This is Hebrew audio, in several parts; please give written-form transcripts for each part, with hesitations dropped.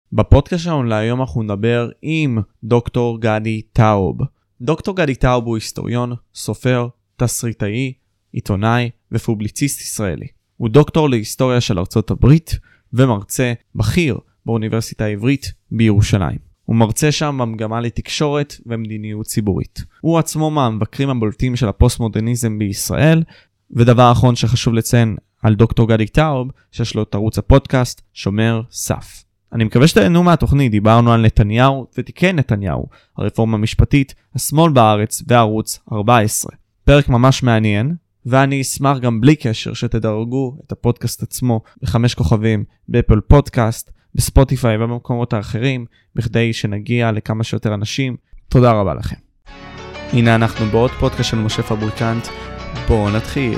בפודקאסט שלנו להיום אנחנו נדבר עם דוקטור גדי טאוב. דוקטור גדי טאוב הוא היסטוריון, סופר, תסריטאי, עיתונאי ופובליציסט ישראלי. הוא דוקטור להיסטוריה של ארצות הברית ומרצה בכיר באוניברסיטה העברית בירושלים. הוא מרצה שם במגמה לתקשורת ומדיניות ציבורית. הוא עצמו מהמבקרים הבולטים של הפוסט-מודרניזם בישראל, ודבר אחרון שחשוב לציין על דוקטור גדי טאוב, שיש לו את ערוץ הפודקאסט שומר סף. אני מקווה שתהנו מהתוכנית. דיברנו על נתניהו ותיקי נתניהו, הרפורמה המשפטית, השמאל בארץ וערוץ 14. פרק ממש מעניין, ואני אשמח גם בלי קשר שתדרגו את הפודקאסט עצמו ב5 כוכבים באפל פודקאסט, בספוטיפיי ובמקומות האחרים, בכדי שנגיע לכמה שיותר אנשים. תודה רבה לכם. הנה אנחנו בעוד פודקאסט של משה פבריקנט. בואו נתחיל.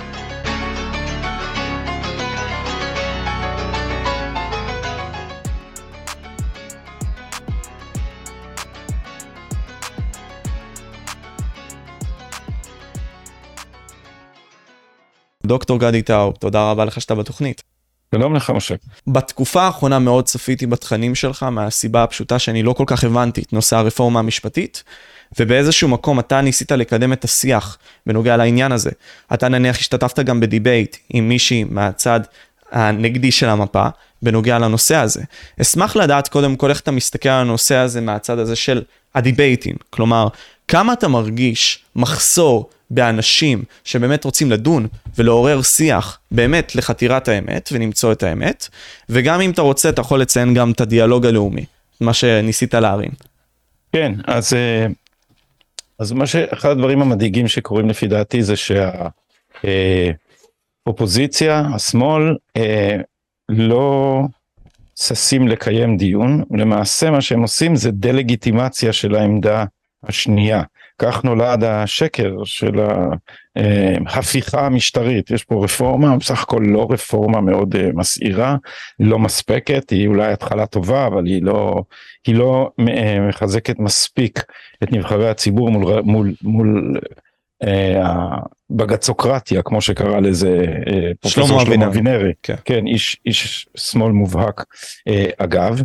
דוקטור גדי טאוב, תודה רבה לך שאתה בתוכנית. שלום לך משה. בתקופה האחרונה מאוד צפיתי בתכנים שלך, מהסיבה הפשוטה שאני לא כל כך הבנתי את נושא הרפורמה המשפטית, ובאיזשהו מקום אתה ניסית לקדם את השיח בנוגע לעניין הזה. אתה נניח השתתפת גם בדיבייט עם מישהי מהצד הנגדי של המפה, בנוגע לנושא הזה. אשמח לדעת קודם כל איך אתה מסתכל על הנושא הזה מהצד הזה של הדיבייטים. כלומר, כמה אתה מרגיש מחסור באנשים שבאמת רוצים לדון ולעורר שיח באמת לחתירת האמת ולמצוא את האמת, וגם אם אתה רוצה אתה יכול לציין גם את הדיאלוג הלאומי, מה שניסית להרים. כן, אז אחד הדברים המדאיגים שקורים לפי דעתי זה שהאופוזיציה, השמאל, לא ששים לקיים דיון, ולמעשה מה שהם עושים זה דלגיטימציה של העמדה השנייה. כך נולד השקר של ההפיכה המשטרית. יש פה רפורמה, בסך הכל לא רפורמה מאוד מסעירה, לא מספקת, היא אולי התחלה טובה, אבל היא לא מחזקת מספיק את נבחרי הציבור מול בגצוקרטיה, כמו שקרא לזה פרופסור שלמה אבינרי. כן, איש שמאל מובהק אגב,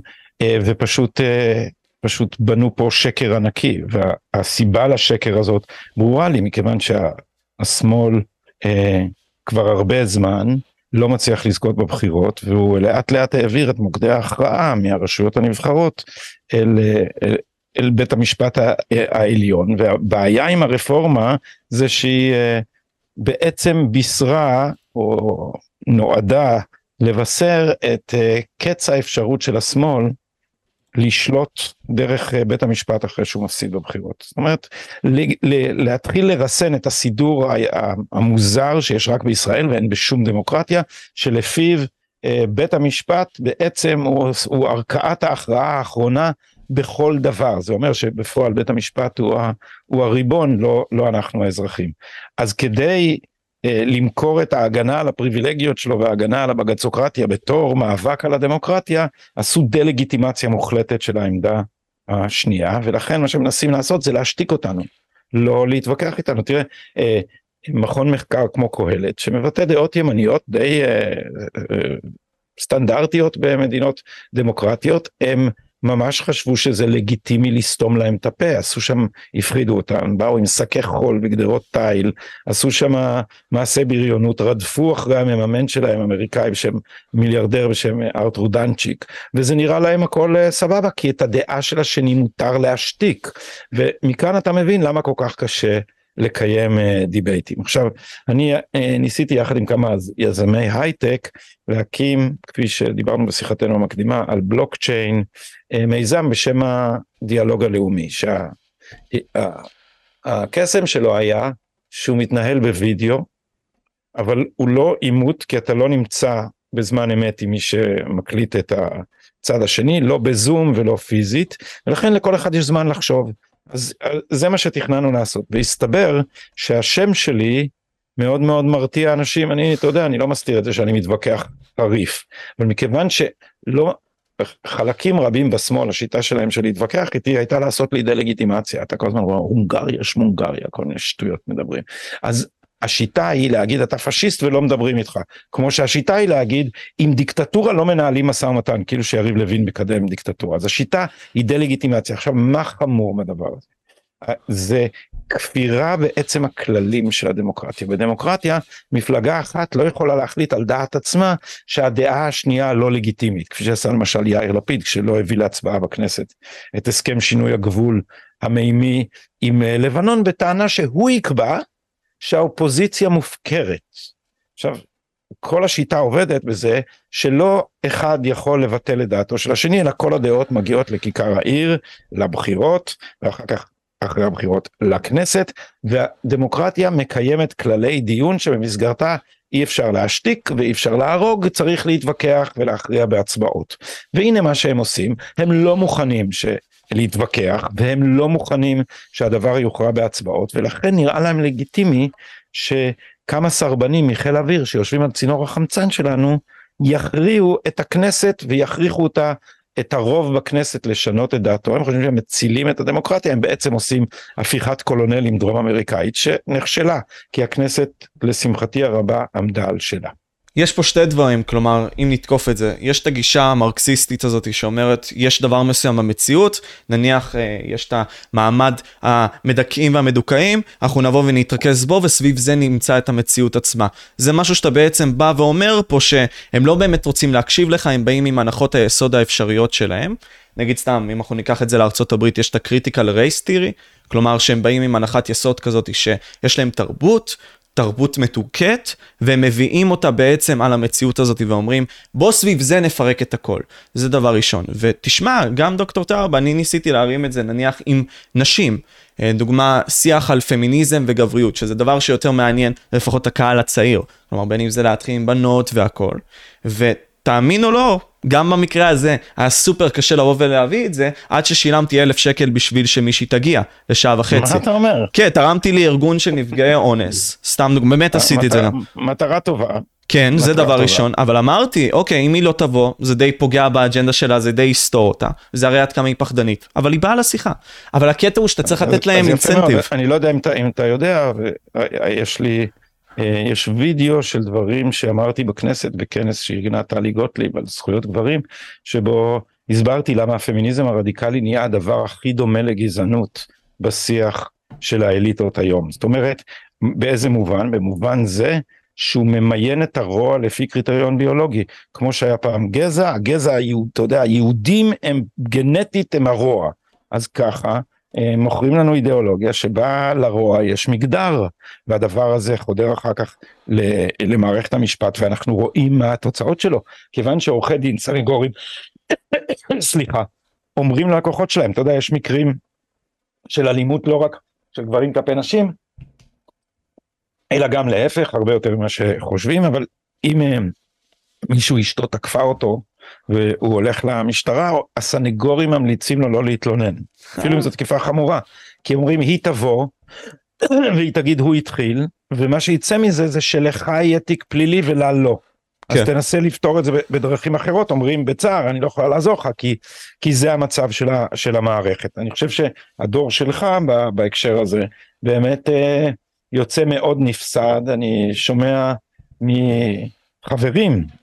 פשוט בנו פה שקר ענקי, והסיבה לשקר הזאת ברורה לי, מכיוון שהשמאל כבר הרבה זמן לא מצליח לזכות בבחירות, והוא לאט לאט העביר את מוקדי ההכרעה מהרשויות הנבחרות אל בית המשפט העליון, והבעיה עם הרפורמה זה שהיא בעצם בישרה או נועדה לבשר את קץ האפשרות של השמאל לשלוט דרך בית המשפט אחרי שהוא מפסיד בבחירות. זאת אומרת, להתחיל לרסן את הסידור המוזר שיש רק בישראל ואין בשום דמוקרטיה, שלפיו בית המשפט בעצם הוא ערכאת ההכרעה האחרונה בכל דבר. זה אומר שבפועל בית המשפט הוא הריבון, לא אנחנו האזרחים. אז כדי למכור את ההגנה על הפריבילגיות שלו וההגנה על הבגצוקרטיה בתור מאבק על הדמוקרטיה, עשו דלגיטימציה מוחלטת של העמדה השנייה, ולכן מה שמנסים לעשות זה להשתיק אותנו, לא להתווכח איתנו. תראה, מכון מחקר כמו קהלת, שמבטא דעות ימניות די סטנדרטיות במדינות דמוקרטיות, הם ממש חשבו שזה לגיטימי לסתום להם את הפה, עשו שם, הפרידו אותם, באו עם שקי חול בגדרות תיל, עשו שם מעשה בריונות, רדפו אחרי המממן שלהם, אמריקאי בשם מיליארדר בשם ארתור דנצ'יק, וזה נראה להם הכל סבבה, כי את הדעה של השני מותר להשתיק, ומכאן אתה מבין למה כל כך קשה לקיים דיבייטים. עכשיו, אני ניסיתי יחד עם כמה יזמי הייטק, להקים, כפי שדיברנו בשיחתנו המקדימה, על בלוקצ'יין, מיזם בשם הדיאלוג הלאומי, שהקסם שלו היה שהוא מתנהל בווידאו, אבל הוא לא אימות, כי אתה לא נמצא בזמן אמת עם מי שמקליט את הצד השני, לא בזום ולא פיזית, ולכן לכל אחד יש זמן לחשוב. אז זה מה שתכננו לעשות, והסתבר שהשם שלי מאוד מאוד מרתיע אנשים. אתה יודע, אני לא מסתיר את זה שאני מתווכח חריף, אבל מכיוון שלא, חלקים רבים בשמאל, השיטה שלהם של להתווכח איתי הייתה לעשות לי דה-לגיטימציה, אתה כל הזמן רואה, הונגריה, שמונגריה, כל מיני שטויות מדברים. אז השיטה היא להגיד אתה פשיסט ולא מדברים איתך, כמו שהשיטה היא להגיד עם דיקטטורה לא מנהלים משא ומתן, כאילו שיריב לוין מקדם דיקטטורה, אז השיטה היא דה-לגיטימציה. עכשיו מה חמור מהדבר הזה? זה כפירה בעצם הכללים של הדמוקרטיה. בדמוקרטיה מפלגה אחת לא יכולה להחליט על דעת עצמה שהדעה השנייה לא לגיטימית, כפי שעשה למשל יאיר לפיד כשלא הביא להצבעה בכנסת את הסכם שינוי הגבול המימי עם לבנון, בטענה שהוא יקבע שהאופוזיציה מופקרת. עכשיו כל השיטה עובדת בזה שלא אחד יכול לבטל את דעתו של השני, אלא כל הדעות מגיעות לכיכר העיר, לבחירות, ואחר כך אחרי הבחירות לכנסת, והדמוקרטיה מקיימת כללי דיון שבמסגרתה אי אפשר להשתיק ואי אפשר להרוג, צריך להתווכח ולהכריע בהצבעות. והנה מה שהם עושים, הם לא מוכנים להתווכח, והם לא מוכנים שהדבר יוכרע בהצבעות, ולכן נראה להם לגיטימי שכמה סרבנים מחיל אוויר שיושבים על צינור החמצן שלנו, יכריעו את הכנסת ויכריחו אותה, את הרוב בכנסת לשנות את דעתו. הם חושבים שהם מצילים את הדמוקרטיה, הם בעצם עושים הפיכת קולונלים דרום אמריקאית שנכשלה, כי הכנסת לשמחתי הרבה עמדה על שלה. יש פה שתי דברים, כלומר, אם נתקוף את זה, יש את הגישה המרקסיסטית הזאת שאומרת, יש דבר מסוים במציאות, נניח יש את המעמד המדכאים והמדוכאים, אנחנו נבוא ונתרכז בו, וסביב זה נמצא את המציאות עצמה. זה משהו שאתה בעצם בא ואומר פה, שהם לא באמת רוצים להקשיב לך, הם באים עם הנחות היסוד האפשריות שלהם. נגיד סתם, אם אנחנו ניקח את זה לארצות הברית, יש את הקריטיקל רייס תיאורי, כלומר שהם באים עם הנחת יסוד כזאת, שיש להם תרבות מתוקת, והם מביאים אותה בעצם על המציאות הזאת, ואומרים, בוא סביב זה נפרק את הכל. זה דבר ראשון. ותשמע, גם דוקטור טאוב, אני ניסיתי להרים את זה, נניח עם נשים, דוגמה, שיח על פמיניזם וגבריות, שזה דבר שיותר מעניין, לפחות הקהל הצעיר. כלומר, בין אם זה להתחיל עם בנות והכל. ותאמין או לא, גם במקרה הזה, היה סופר קשה לבוא ולהביא את זה, עד ששילמתי 1,000 שקל בשביל שמישהי תגיע, לשעה וחצי. מה אתה אומר? כן, תרמתי לי ארגון של נפגעי אונס. סתם דוגמה, באמת עשיתי את זה. מטרה טובה. כן, זה דבר ראשון. אבל אמרתי, אוקיי, אם היא לא תבוא, זה די פוגע באג'נדה שלה, זה די יסתור אותה. זה הרי עד כמה היא פחדנית. אבל היא באה לשיחה. אבל הקטע הוא שאתה צריך לתת להם אינסנטיב. אני לא יודע אם אתה יודע, יש וידאו של דברים שאמרתי בכנסת, בכנס שארגנה טלי גוטליב על זכויות גברים, שבו הסברתי למה הפמיניזם הרדיקלי נהיה הדבר הכי דומה לגזענות בשיח של האליטות היום. זאת אומרת, באיזה מובן? במובן זה שהוא ממיין את הרוע לפי קריטריון ביולוגי, כמו שהיה פעם גזע, אתה יודע, היהודים הם גנטית הם הרוע, אז ככה, מוכרים לנו אידיאולוגיה שבה לרוע יש מגדר, והדבר הזה חודר אחר כך למערכת המשפט, ואנחנו רואים מה התוצאות שלו, כיוון שעורכי דין, סניגורים, סליחה, אומרים ללקוחות שלהם, אתה יודע, יש מקרים של אלימות לא רק של גברים כלפי נשים, אלא גם להפך, הרבה יותר ממה שחושבים, אבל אם מישהו אשתו תקפה אותו, והוא הולך למשטרה, הסניגורים ממליצים לו לא להתלונן, אפילו אם זו תקיפה חמורה, כי אומרים היא תבוא, והיא תגיד הוא התחיל, ומה שיצא מזה זה שלך יהיה תיק פלילי ולה לא, אז תנסה לפתור את זה בדרכים אחרות, אומרים בצער, אני לא יכולה לעזור לך, כי זה המצב של המערכת. אני חושב שהדור שלך בהקשר הזה, באמת יוצא מאוד נפסד, אני שומע מחברים,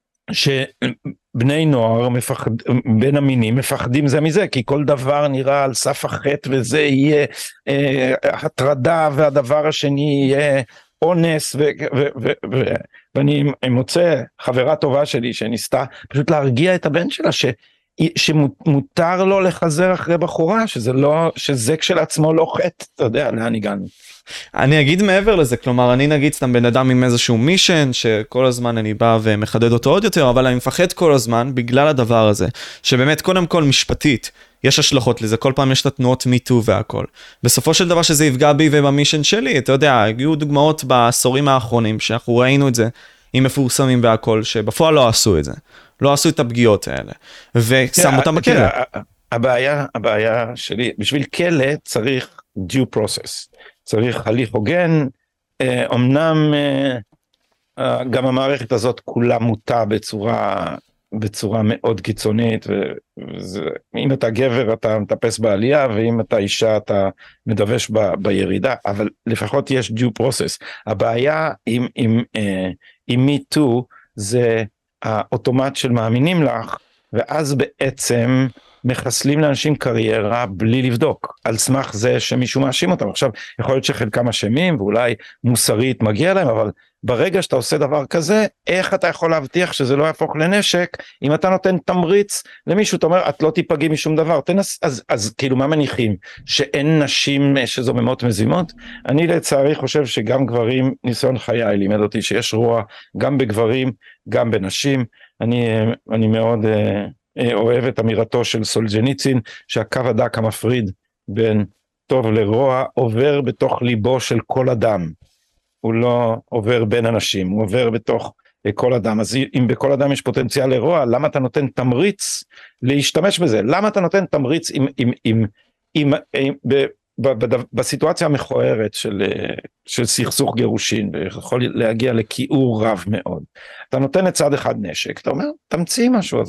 שבני נוער בין המינים מפחדים זה מזה, כי כל דבר נראה על סף החטא, וזה יהיה הטרדה, והדבר השני יהיה אונס, ואני מוצא חברה טובה שלי שניסתה פשוט להרגיע את הבן שלה שמותר לו לחזר אחרי בחורה, שזה כשלעצמו לא חטא, אתה יודע לאן הגענו. אני אגיד מעבר לזה, כלומר אני נגיד סתם בן אדם עם איזשהו מישן שכל הזמן אני בא ומחדד אותו עוד יותר, אבל אני מפחד כל הזמן בגלל הדבר הזה, שבאמת קודם כל משפטית יש השלכות לזה, כל פעם יש את התנועות מיטו והכל. בסופו של דבר שזה יפגע בי ובמישן שלי, אתה יודע, הגיעו דוגמאות בעשורים האחרונים שאנחנו ראינו את זה עם מפורסמים והכל, שבפועל לא עשו את זה, לא עשו את הפגיעות האלה, ושמו אותם בכלא. הבעיה שלי, בשביל כלא צריך due process, צריך הליך הוגן, אמנם גם המערכת הזאת כולה מוטה בצורה בצורה מאוד קיצונית, ואם אתה גבר אתה מטפס בעלייה, ואם אתה אישה אתה מדווש בירידה, אבל לפחות יש due process. הבעיה עם me too זה האוטומט של מאמינים לך, ואז בעצם מחסלים לאנשים קריירה בלי לבדוק, על סמך זה שמישהו מאשים אותם. עכשיו, יכול להיות שחלקם אשמים, ואולי מוסרית מגיע להם, אבל ברגע שאתה עושה דבר כזה, איך אתה יכול להבטיח שזה לא יהפוך לנשק, אם אתה נותן תמריץ למישהו, אתה אומר, את לא תיפגעי משום דבר, אז כאילו מה מניחים? שאין נשים שזוממות מזימות? אני לצערי חושב שגם גברים, ניסיון חיי לימד אותי שיש רוע, גם בגברים, גם בנשים. אני מאוד אוהב את אמירתו של סולג'ניצין, שהקו הדק המפריד בין טוב לרוע, עובר בתוך ליבו של כל אדם. הוא לא עובר בין אנשים, הוא עובר בתוך כל אדם. אז אם בכל אדם יש פוטנציאל לרוע, למה אתה נותן תמריץ להשתמש בזה? למה אתה נותן תמריץ בסיטואציה המכוערת של סכסוך גירושין, ויכול להגיע לכיעור רב מאוד, אתה נותן לצד אחד נשק, אתה אומר, תמציא משהו,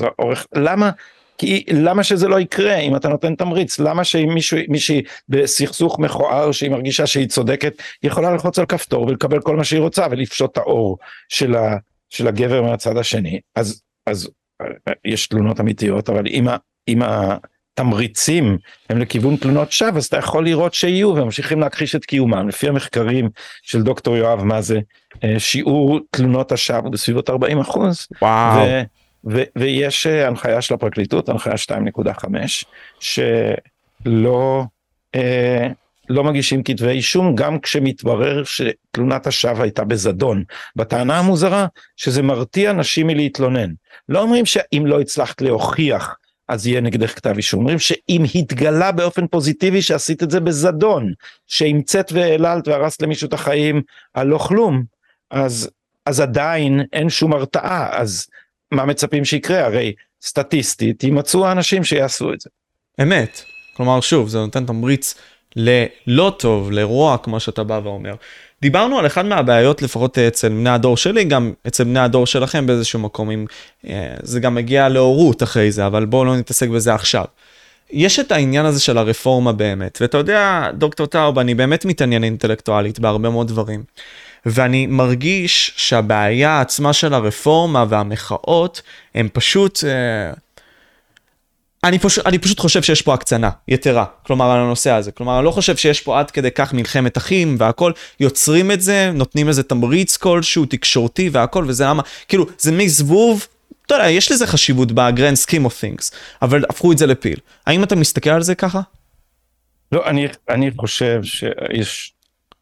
למה שזה לא יקרה אם אתה נותן תמריץ? למה מישהי בסכסוך מכוער שהיא מרגישה שהיא צודקת, יכולה ללחוץ על כפתור ולקבל כל מה שהיא רוצה, ולפשוט את האור של הגבר מהצד השני? אז יש תלונות אמיתיות, אבל אם התמריצים הם לכיוון תלונות שווא, אז אתה יכול לראות שיהיו, וממשיכים להכחיש את קיומם. לפי המחקרים של דוקטור יואב מה זה, שיעור תלונות השווא הוא בסביבות 40%. וואו. ויש הנחיה של הפרקליטות, הנחיה 2.5, שלא לא מגישים כתבי אישום, גם כשמתברר שתלונת השווא הייתה בזדון, בטענה המוזרה שזה מרתיע נשים מלהתלונן. לא אומרים שאם לא הצלחת להוכיח, אז יהיה נגדך כתב אישום. אומרים שאם התגלה באופן פוזיטיבי שעשית את זה בזדון, שהמצאת והעללת והרסת למישהו את החיים על לא כלום, אז עדיין אין שום הרתעה. אז מה מצפים שיקרה? הרי סטטיסטית יימצאו האנשים שיעשו את זה. אמת. כלומר, שוב, זה נותן תמריץ ללא טוב, לרוע, כמו שאתה בא ואומר. דיברנו על אחד מהבעיות, לפחות אצל בני הדור שלי, גם אצל בני הדור שלכם באיזשהו מקום, זה גם מגיע להורות אחרי זה, אבל בואו לא נתעסק בזה עכשיו. יש את העניין הזה של הרפורמה באמת, ואתה יודע, דוקטור טאוב, אני באמת מתעניין אינטלקטואלית בהרבה מאוד דברים, ואני מרגיש שהבעיה עצמה של הרפורמה והמחאות, הם פשוט... אני פשוט חושב שיש פה הקצנה יתרה, כלומר על הנושא הזה, כלומר אני לא חושב שיש פה עד כדי כך מלחמת אחים והכל, יוצרים את זה, נותנים לזה תמריץ כלשהו, תקשורתי והכל, וזה למה, כאילו זה מזבוב, אתה יודע, יש לזה חשיבות ב-grand scheme of things, אבל הפכו את זה לפיל. האם אתה מסתכל על זה ככה? לא, אני חושב שיש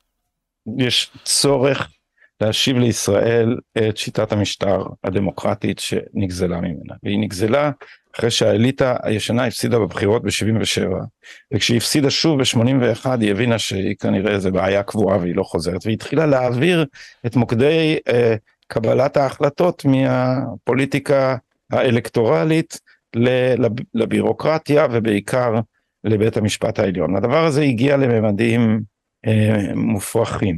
צורך להשיב לישראל את שיטת המשטר הדמוקרטית שנגזלה ממנה, והיא נגזלה אחרי שהאליטה הישנה הפסידה בבחירות ב-77, וכשהיא הפסידה שוב ב-81 היא הבינה שהיא כנראה איזו בעיה קבועה והיא לא חוזרת, והיא התחילה להעביר את מוקדי קבלת ההחלטות מהפוליטיקה האלקטורלית לבירוקרטיה ובעיקר לבית המשפט העליון. הדבר הזה הגיע לממדים מופרכים,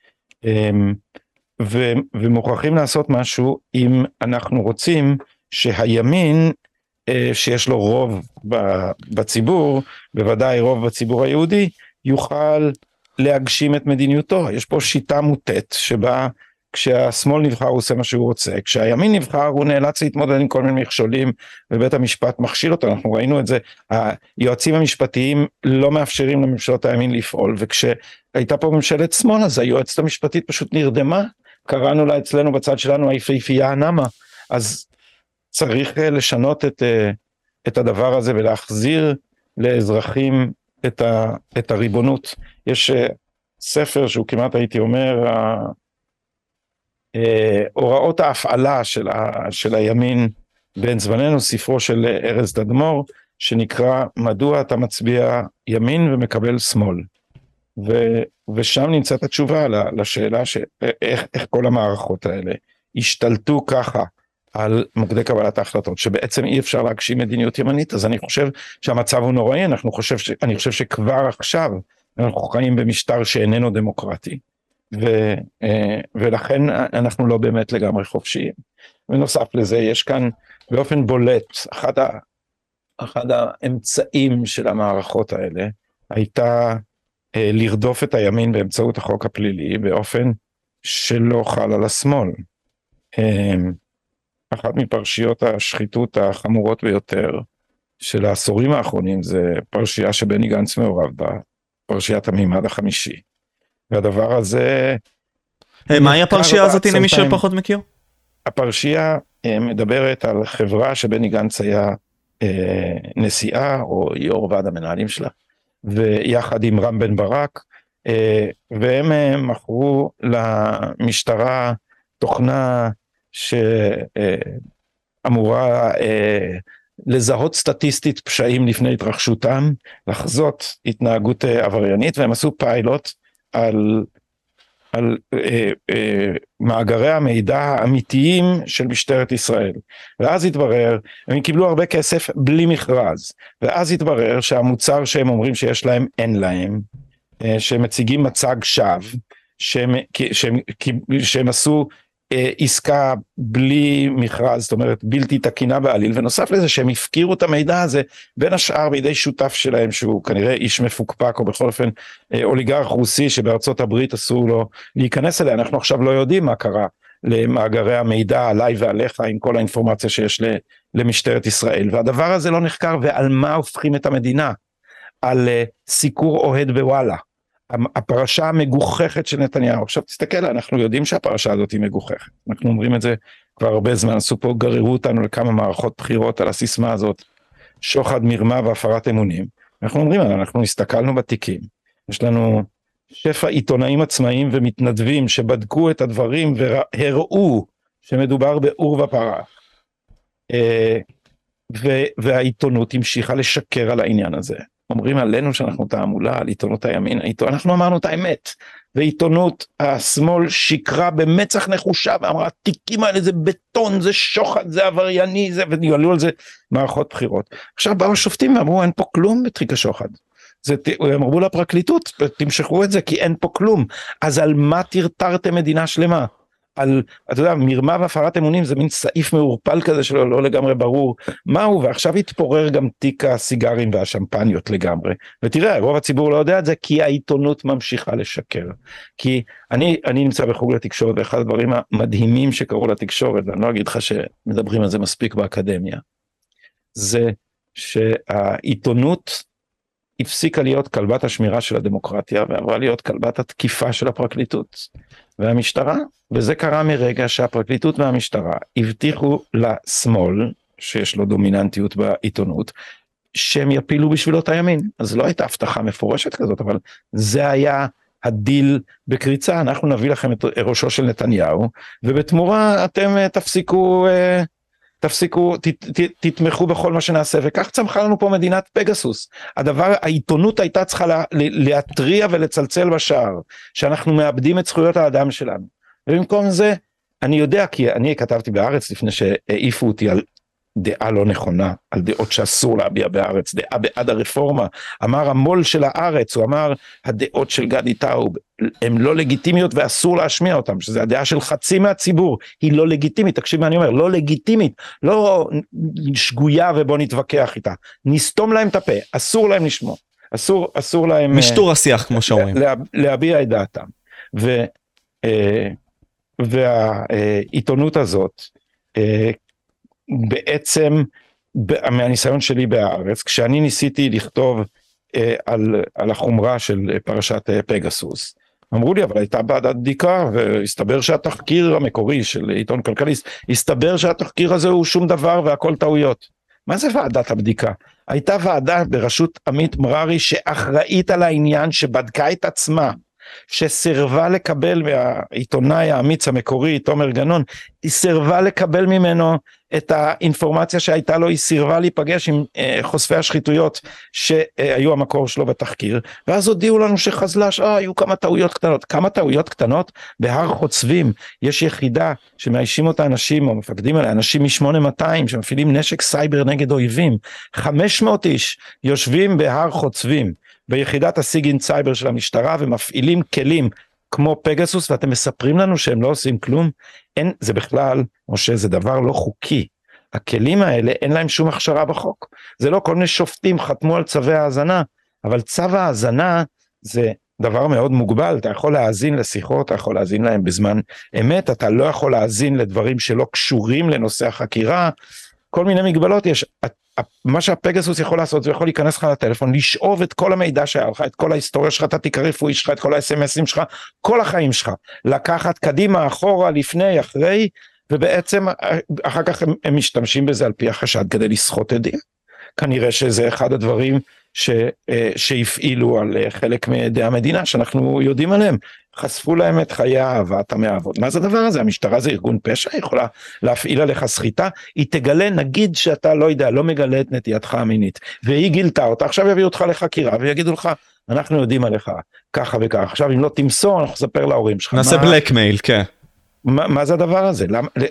ומוכרחים לעשות משהו אם אנחנו רוצים שהימין שיש לו רוב בציבור, בוודאי רוב בציבור היהודי, יוכל להגשים את מדיניותו. יש פה שיטה מוטט שבה כשהשמאל נבחר הוא עושה מה שהוא רוצה, כשהימין נבחר הוא נאלץ להתמודד עם כל מיני מכשולים, ובית המשפט מכשיל אותו. אנחנו ראינו את זה, היועצים המשפטיים לא מאפשרים לממשלות הימין לפעול, וכשהייתה פה ממשלת שמאל, אז היועצת המשפטית פשוט נרדמה, קראנו לה אצלנו בצד שלנו היפהפייה הנמה. אז צריך לשנות את הדבר הזה ולהחזיר לאזרחים את הריבונות. יש ספר שהוא כמעט הייתי אומר, הוראות ההפעלה של הימין בין זמננו, ספרו של ארז תדמור, שנקרא מדוע אתה מצביע ימין ומקבל שמאל. ושם נמצאת התשובה לשאלה איך כל המערכות האלה השתלטו ככה על מוקדי קבלת ההחלטות, שבעצם אי אפשר להגשים מדיניות ימנית. אז אני חושב שהמצב הוא נוראי, אני חושב שכבר עכשיו אנחנו חיים במשטר שאיננו דמוקרטי, ולכן אנחנו לא באמת לגמרי חופשיים. ונוסף לזה יש כאן באופן בולט, אחד האמצעים של המערכות האלה, הייתה לרדוף את הימין באמצעות החוק הפלילי, באופן שלא חל על השמאל. אחת מפרשיות השחיתות החמורות ביותר של העשורים האחרונים, זה פרשייה שבני גנץ מעורב בה, פרשיית המימד החמישי. והדבר הזה... מהי הפרשייה הזאת, למי שפחות מכיר? הפרשייה מדברת על חברה שבני גנץ היה נשיאה, או יו"ר ועד המנהלים שלה, ויחד עם רם בן ברק, והם מכרו למשטרה תוכנה שאמורה לזהות סטטיסטית פשעים לפני התרחשותם, לחזות התנהגות עבריינית, והם עשו פיילוט על מאגרי המידע האמיתיים של משטרת ישראל. ואז התברר, הם קיבלו הרבה כסף בלי מכרז, ואז התברר שהמוצר שהם אומרים שיש להם אין להם, שהם מציגים מצג שווא, שהם עשו עסקה בלי מכרז, זאת אומרת בלתי תקינה בעליל, ונוסף לזה שהם הפקירו את המידע הזה בין השאר בידי שותף שלהם שהוא כנראה איש מפוקפק או בכל אופן אוליגרך רוסי שבארצות הברית אסור לו להיכנס אליה. אנחנו עכשיו לא יודעים מה קרה למאגרי המידע עליי ועליך עם כל האינפורמציה שיש למשטרת ישראל, והדבר הזה לא נחקר. ועל מה הופכים את המדינה? על סיקור אוהד בוואלה, הפרשה המגוחכת של נתניהו. עכשיו תסתכל, אנחנו יודעים שהפרשה הזאת היא מגוחכת, אנחנו אומרים את זה כבר הרבה זמן, עשו פה, גררו אותנו לכמה מערכות בחירות על הסיסמה הזאת, שוחד, מרמה והפרת אמונים. אנחנו אומרים, אנחנו הסתכלנו בתיקים, יש לנו שפע עיתונאים עצמאיים ומתנדבים שבדקו את הדברים והראו שמדובר באור ופרח, והעיתונות המשיכה לשקר על העניין הזה. אומרים עלינו שאנחנו תעמולה על עיתונות הימין, אנחנו אמרנו את האמת, ועיתונות השמאל שיקרה במצח נחושה, ואמרה, התיקים האלה זה בטון, זה שוחד, זה עברייני, וניהלו על זה מערכות בחירות. עכשיו באו השופטים ואמרו, אין פה כלום בתיק השוחד. הם אמרו לפרקליטות, תמשכו את זה, כי אין פה כלום. אז על מה טרטרתם מדינה שלמה? על, אתה יודע, מרמה והפרת אמונים, זה מין סעיף מעורפל כזה שלא לא לגמרי ברור מהו, ועכשיו התפורר גם תיק הסיגרים והשמפניות לגמרי, ותראה, רוב הציבור לא יודע את זה, כי העיתונות ממשיכה לשקר. כי אני נמצא בחוג לתקשורת, ואחד הדברים המדהימים שקרו לתקשורת, ואני לא אגיד לך שמדברים על זה מספיק באקדמיה, זה שהעיתונות הפסיקה להיות כלבת השמירה של הדמוקרטיה, ועברה להיות כלבת התקיפה של הפרקליטות והמשטרה, וזה קרה מרגע שהפרקליטות והמשטרה הבטיחו לשמאל, שיש לו דומיננטיות בעיתונות, שהם יפילו בשבילו את הימין. אז לא הייתה הבטחה מפורשת כזאת, אבל זה היה הדיל בקריצה, אנחנו נביא לכם את ראשו של נתניהו, ובתמורה אתם תפסיקו, תתמכו בכל מה שנעשה, וכך צמחה לנו פה מדינת פגסוס. העיתונות הייתה צריכה להטריע ולצלצל בשער, שאנחנו מאבדים את זכויות האדם שלנו. ובמקום זה, אני יודע, כי אני כתבתי בארץ לפני שהעיפו אותי על דעה לא נכונה, על דעות שאסור להביע בארץ, דעה בעד הרפורמה, אמר המול של הארץ, הוא אמר, הדעות של גדי טאוב, הן לא לגיטימיות ואסור להשמיע אותן, שזה הדעה של חצי מהציבור, היא לא לגיטימית, תקשיב מה אני אומר, לא לגיטימית, לא שגויה ובוא נתווכח איתה, נסתום להם את הפה, אסור להם לשמוע, אסור להם... משטור השיח כמו שאומרים. להביע את דעתם, והעיתונות הזאת, בעצם מהניסיון שלי בארץ, כשאני ניסיתי לכתוב על החומרה של פרשת פגסוס, אמרו לי, אבל הייתה ועדת בדיקה, והסתבר שהתחקיר המקורי של עיתון כלכליסט, הסתבר שהתחקיר הזה הוא שום דבר והכל טעויות. מה זה ועדת הבדיקה? הייתה ועדה בראשות עמית מררי שאחראית על העניין, שבדקה את עצמה, שסירבה לקבל מהעיתונאי האמיץ המקורי, תומר גנון, היא סירבה לקבל ממנו את האינפורמציה שהייתה לו, היא סירבה להיפגש עם חושפי השחיתויות שהיו המקור שלו בתחקיר, ואז הודיעו לנו שחזלש, היו כמה טעויות קטנות, בהר חוצבים, יש יחידה שמאיישים אותה אנשים, או מפקדים עליה, אנשים מ-8200, שמפעילים נשק סייבר נגד אויבים, 500 איש יושבים בהר חוצבים, ביחידת הסיגינט סייבר של המשטרה, ומפעילים כלים כמו פגסוס, ואתם מספרים לנו שהם לא עושים כלום. אין, זה בכלל, משה, זה דבר לא חוקי. הכלים האלה אין להם שום הכשרה בחוק. זה לא כל מיני שופטים חתמו על צווי האזנה, אבל צו האזנה זה דבר מאוד מוגבל, אתה יכול להאזין לשיחות, אתה יכול להאזין להם בזמן אמת, אתה לא יכול להאזין לדברים שלא קשורים לנושא החקירה, כל מיני מגבלות יש. מה שהפגסוס יכול לעשות, זה יכול להיכנס לך לטלפון, לשאוב את כל המידע שהיה לך, את כל ההיסטוריה שלך, את התיק הרפואי שלך, את כל ה-SMSים שלך, כל החיים שלך, לקחת קדימה, אחורה, לפני, אחרי, ובעצם אחר כך הם משתמשים בזה על פי החשד כדי לסחוט עדים. כנראה שזה אחד הדברים שהפעילו על חלק מעדי המדינה, שאנחנו יודעים עליהם, חשפו להם את חיי האהבת המאהבות. מה זה הדבר הזה? המשטרה זה ארגון פשע, היא יכולה להפעיל עליך סחיטה, היא תגלה, נגיד שאתה לא יודע, לא מגלה את נטייתך המינית, והיא גילתה אותה, עכשיו יביאו אותך לחקירה, ויגידו לך, אנחנו יודעים עליך, ככה וככה, עכשיו אם לא תמסור, אנחנו נספר להורים שלך. נעשה בלקמייל, כן. מה זה הדבר הזה?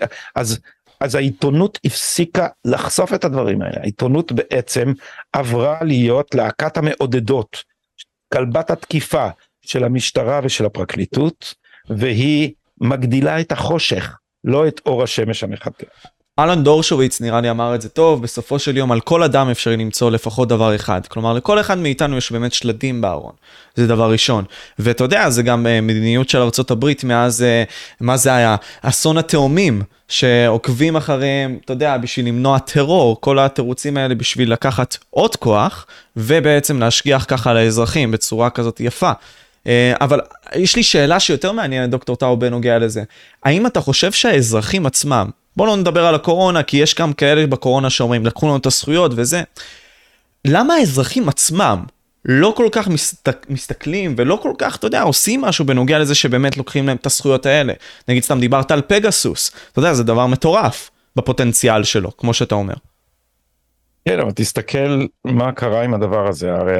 אז העיתונות הפסיקה לחשוף את הדברים האלה, העיתונות בעצם עברה להיות להקת המעודדות, כלבת התקיפה של המשטרה ושל הפרקליטות, והיא מגדילה את החושך, לא את אור השמש המחטא. אלן דורשוביץ נראה לי אמר את זה טוב, בסופו של יום על כל אדם אפשרי למצוא לפחות דבר אחד, כלומר לכל אחד מאיתנו יש באמת שלדים בארון, זה דבר ראשון, ואתה יודע זה גם מדיניות של ארצות הברית מאז, מה זה היה, אסון התאומים, שעוקבים אחריהם, אתה יודע, בשביל למנוע טרור, כל התירוצים האלה בשביל לקחת עוד כוח, ובעצם להשגיח ככה על האזרחים בצורה כזאת יפה. אבל יש לי שאלה שיותר מעניינת דוקטור טאוב בנוגע לזה, האם אתה חושב שהאזרחים עצמם, בואו לא נדבר על הקורונה, כי יש גם כאלה בקורונה שאומרים, לקחו לנו את הזכויות וזה. למה האזרחים עצמם לא כל כך מסתכלים, ולא כל כך, אתה יודע, עושים משהו בנוגע לזה שבאמת לוקחים להם את הזכויות האלה? נגיד סתם דיברת על פגסוס, אתה יודע, זה דבר מטורף בפוטנציאל שלו, כמו שאתה אומר. כן, אבל תסתכל מה קרה עם הדבר הזה, הרי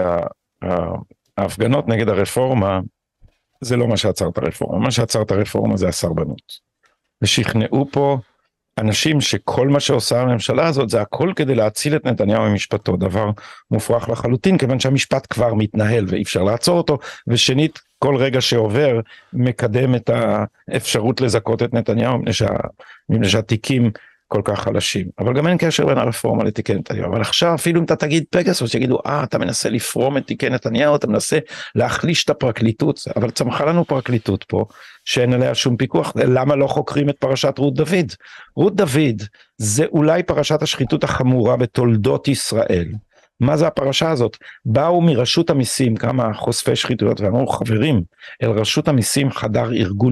ההפגנות נגד הרפורמה, זה לא מה שעצר את הרפורמה, מה שעצר את הרפורמה זה הסרבנות. ושכנעו פה אנשים שכל מה שעושה הממשלה הזאת זה הכל כדי להציל את נתניהו ממשפטו, דבר מופרך לחלוטין, כיוון שהמשפט כבר מתנהל ואי אפשר לעצור אותו, ושנית כל רגע שעובר מקדם את האפשרות לזכות את נתניהו, מפני שהתיקים כל כך חלשים, אבל גם אין קשר בין הרפורמה לתיקי נתניהו, אבל עכשיו אפילו אם אתה תגיד פגסוס, יגידו, אתה מנסה לפרום את תיקי נתניהו, אתה מנסה להחליש את הפרקליטות, אבל צמחה לנו פרקליטות פה, שאין עליה שום פיקוח, למה לא חוקרים את פרשת רות דוד? רות דוד זה אולי פרשת השחיתות החמורה בתולדות ישראל, מה זה הפרשה הזאת? באו מרשות המיסים כמה חושפי שחיתויות, ואמרו חברים, אל רשות המיסים חדר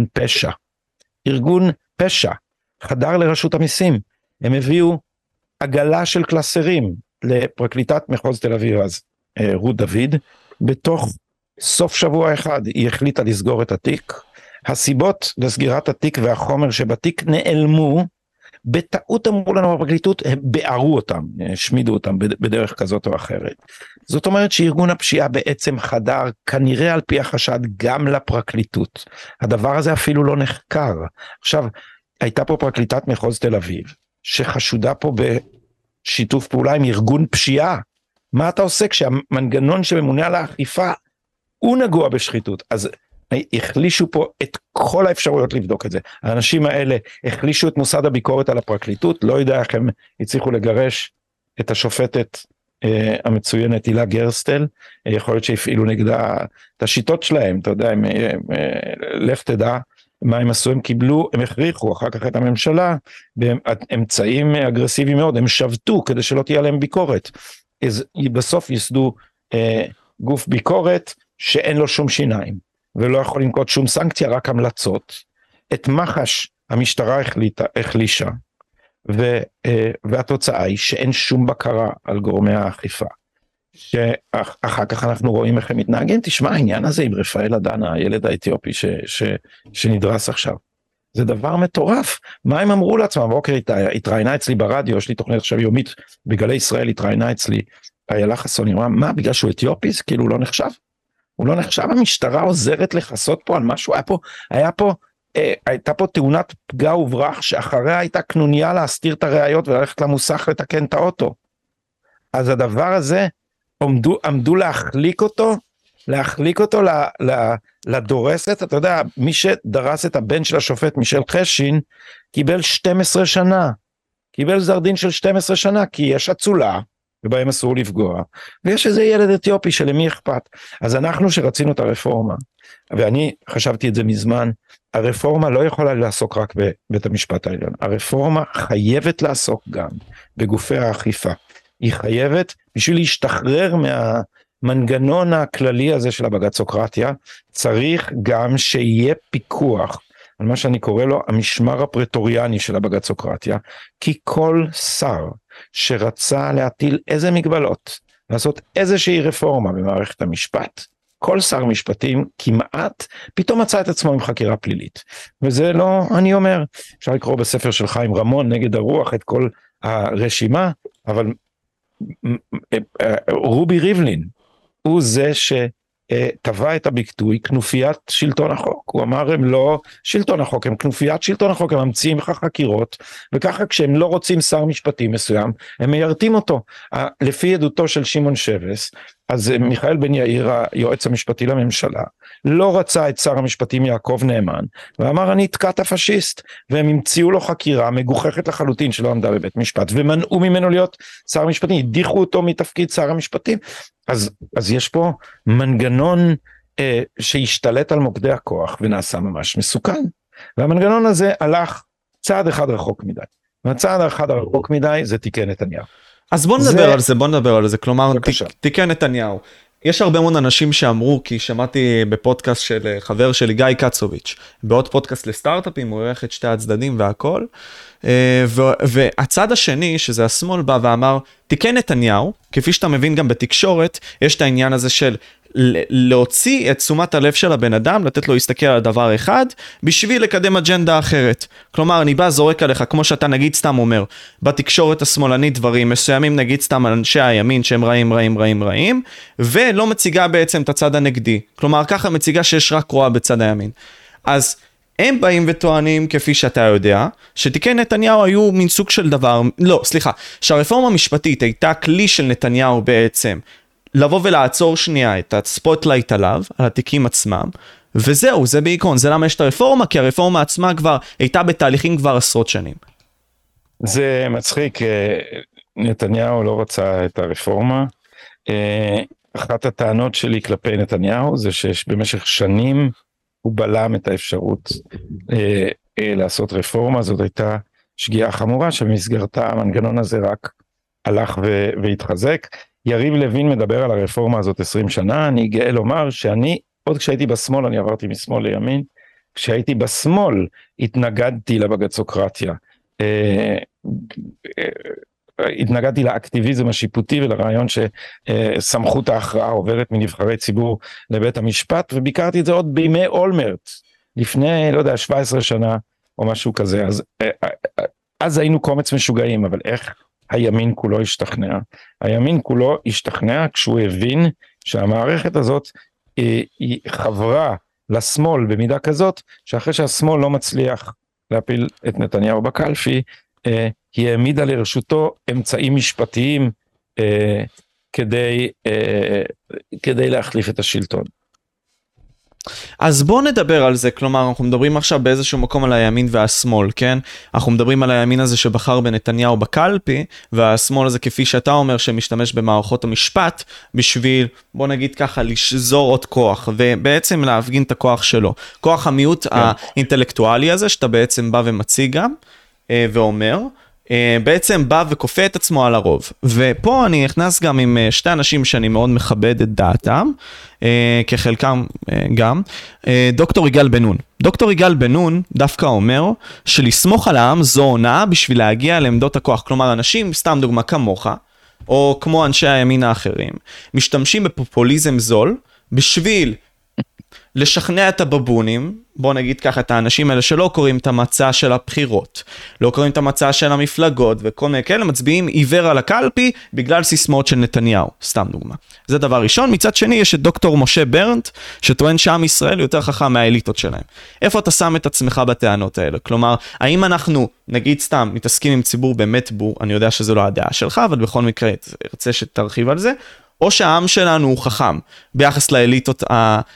ארגון פשע, חדר לרשות המיסים, הם הביאו עגלה של קלסרים לפרקליטת מחוז תל אביב אז, רות דוד, בתוך סוף שבוע אחד היא החליטה לסגור את התיק, הסיבות לסגירת התיק והחומר שבתיק נעלמו, בטעות אמרו לנו בפרקליטות, הם בערו אותם, השמידו אותם בדרך כזאת או אחרת. זאת אומרת שארגון הפשיעה בעצם חדר, כנראה על פי החשד, גם לפרקליטות. הדבר הזה אפילו לא נחקר. עכשיו, הייתה פה פרקליטת מחוז תל אביב, שחשודה פה בשיתוף פעולה עם ארגון פשיעה. מה אתה עושה כשהמנגנון שממונה על האכיפה, הוא נגוע בשחיתות? אז החלישו פה את כל האפשרויות לבדוק את זה. האנשים האלה החלישו את מוסד הביקורת על הפרקליטות, לא יודע איך הם הצליחו לגרש את השופטת המצוינת הילה גרסטל, יכול להיות שהפעילו נגדה את השיטות שלהם, אתה יודע, לך תדע, מה הם עשו, הם קיבלו, הם הכריחו אחר כך את הממשלה, באמצעים אגרסיביים מאוד, הם שבתו כדי שלא תהיה להם ביקורת, אז בסוף יסדו גוף ביקורת שאין לו שום שיניים, ולא יכול לנקוט שום סנקציה, רק המלצות. את מח"ש המשטרה החלישה, והתוצאה היא שאין שום בקרה על גורמי האכיפה, שאחר כך אנחנו רואים איך הם מתנהגים. תשמע, העניין הזה עם רפאל אדנה, הילד האתיופי שנדרס עכשיו, זה דבר מטורף. מה הם אמרו לעצמם? בוקר התראיינה אצלי ברדיו, יש לי תוכנית עכשיו יומית בגלי ישראל, התראיינה אצלי איילה חסון, היא אמרה, מה, בגלל שהוא אתיופי, זה כאילו לא נחשב? הוא לא נחשב, המשטרה עוזרת לחסות פה על משהו, הייתה פה תאונת פגע וברח, שאחריה הייתה קנוניה להסתיר את הראיות, וללכת למוסך לתקן את האוטו. אז הדבר הזה, עמדו להחליק אותו לדורסת, אתה יודע, מי שדרס את הבן של השופט מישל חשין, קיבל 12 שנה, קיבל גזר דין של 12 שנה, כי יש אצולה, ובהם אסור לפגוע, ויש איזה ילד אתיופי שלמי אכפת. אז אנחנו שרצינו את הרפורמה, ואני חשבתי את זה מזמן, הרפורמה לא יכולה לעסוק רק בבית המשפט העליון, הרפורמה חייבת לעסוק גם בגופי האכיפה, היא חייבת, בשביל להשתחרר מהמנגנון הכללי הזה של הבג"צוקרטיה, צריך גם שיהיה פיקוח, על מה שאני קורא לו המשמר הפרטוריאני של הבג"צוקרטיה, כי כל שר שרצה להטיל איזה מגבלות, לעשות איזושהי רפורמה במערכת המשפט, כל שר משפטים כמעט פתאום מצא את עצמו עם חקירה פלילית. וזה לא, אני אומר, אפשר לקרוא בספר של חיים רמון נגד הרוח את כל הרשימה, אבל רובי ריבלין הוא זה שטבע את הביטוי כנופיית שלטון החוק. הוא אמר הם לא שלטון החוק, הם כנופיית שלטון החוק, הם ממציאים לך חקירות, וככה כשהם לא רוצים שר משפטי מסוים, הם מיירתים אותו. לפי עדותו של שמעון שבס, אז מיכאל בן יאיר, היועץ המשפטי לממשלה, לא רצה את שר המשפטים יעקב נאמן, ואמר אני אתקע את הפשיסט, והם המציאו לו חקירה מגוחכת לחלוטין שלא עמדה בבית משפט, ומנעו ממנו להיות שר המשפטים, הדיחו אותו מתפקיד שר המשפטים. אז יש פה מנגנון שהשתלט על מוקדי הכוח, ונעשה ממש מסוכן, והמנגנון הזה הלך צעד אחד רחוק מדי, והצעד אחד הרחוק מדי זה תיקי נתניהו. אז בוא נדבר על זה, כלומר, תיקי נתניהו. יש הרבה מאוד אנשים שאמרו, כי שמעתי בפודקאסט של חבר שלי, גיא קצוביץ', בעוד פודקאסט לסטארט-אפים, הוא ערך את שתי הצדדים והכל, והצד השני, שזה השמאל, בא ואמר, תיקי נתניהו, כפי שאתה מבין גם בתקשורת, יש את העניין הזה של להוציא את תשומת הלב של הבן אדם, לתת לו להסתכל על דבר אחד, בשביל לקדם אג'נדה אחרת. כלומר, אני בא זורק עליך, כמו שאתה נגיד סתם אומר, בתקשורת השמאלנית דברים מסוימים, נגיד סתם על אנשי הימין שהם רעים, ולא מציגה בעצם את הצד הנגדי. כלומר, ככה מציגה שיש רק רוע בצד הימין. אז הם באים וטוענים, כפי שאתה יודע, שתיקי נתניהו היו מין סוג של דבר, שהרפורמה המשפטית הייתה כלי של נתניהו בעצם, לבוא ולעצור שנייה את הספוטלייט עליו, על התיקים עצמם, וזהו, זה בעיקרון, זה למה יש את הרפורמה, כי הרפורמה עצמה כבר הייתה בתהליכים כבר עשרות שנים. זה מצחיק, נתניהו לא רצה את הרפורמה, אחת הטענות שלי כלפי נתניהו, זה שבמשך שנים הוא בלם את האפשרות לעשות רפורמה, זאת הייתה שגיאה חמורה, שבמסגרתה המנגנון הזה רק הלך והתחזק, יריב לוין מדבר על הרפורמה הזאת 20 שנה, אני גאה לומר שאני, עוד כשהייתי בשמאל, אני עברתי משמאל לימין, כשהייתי בשמאל התנגדתי לבג"צוקרטיה, התנגדתי לאקטיביזם השיפוטי ולרעיון שסמכות ההכרעה עוברת מנבחרי ציבור לבית המשפט, וביקרתי את זה עוד בימי אולמרט, לפני, לא יודע, 17 שנה או משהו כזה, אז היינו קומץ משוגעים, אבל איך הימין כולו השתכנע? הימין כולו השתכנע כשהוא הבין שהמערכת הזאת היא חברה לשמאל במידה כזאת, שאחרי שהשמאל לא מצליח להפיל את נתניהו בקלפי, היא העמידה לרשותו אמצעים משפטיים כדי להחליף את השלטון. אז בוא נדבר על זה, כלומר אנחנו מדברים עכשיו באיזשהו מקום על הימין והשמאל, כן? אנחנו מדברים על הימין הזה שבחר בנתניהו בקלפי, והשמאל הזה כפי שאתה אומר שמשתמש במערכות המשפט, בשביל בוא נגיד ככה לשזור עוד כוח, ובעצם להפגין את הכוח שלו. כוח המיעוט האינטלקטואלי הזה שאתה בעצם בא ומציג גם, ואומר, בעצם בא וכופה את עצמו על הרוב. ופה אני נכנס גם עם שתי אנשים שאני מאוד מכבד את דעתם, כחלקם גם, דוקטור יגאל בן נון. דוקטור יגאל בן נון דווקא אומר שלסמוך על העם זו הונאה בשביל להגיע לעמדות הכוח. כלומר, אנשים, סתם דוגמה כמוך, או כמו אנשי הימין האחרים, משתמשים בפופוליזם זול בשביל לשכנע את הבבונים, בוא נגיד ככה, את האנשים האלה שלא קוראים את המצע של הבחירות, לא קוראים את המצע של המפלגות, וכל מיני כאלה מצביעים עיוור על הקלפי, בגלל סיסמאות של נתניהו, סתם דוגמה. זה דבר ראשון. מצד שני, יש את דוקטור משה ברנט, שטוען שעם ישראל יותר חכם מהאליטות שלהם. איפה אתה שם את עצמך בטענות האלה? כלומר, האם אנחנו, נגיד סתם, מתעסקים עם ציבור באמת בור, אני יודע שזה לא הדעה שלך, אבל בכל מקרה, ארצה שתרחיב על זה, או שהעם שלנו הוא חכם, ביחס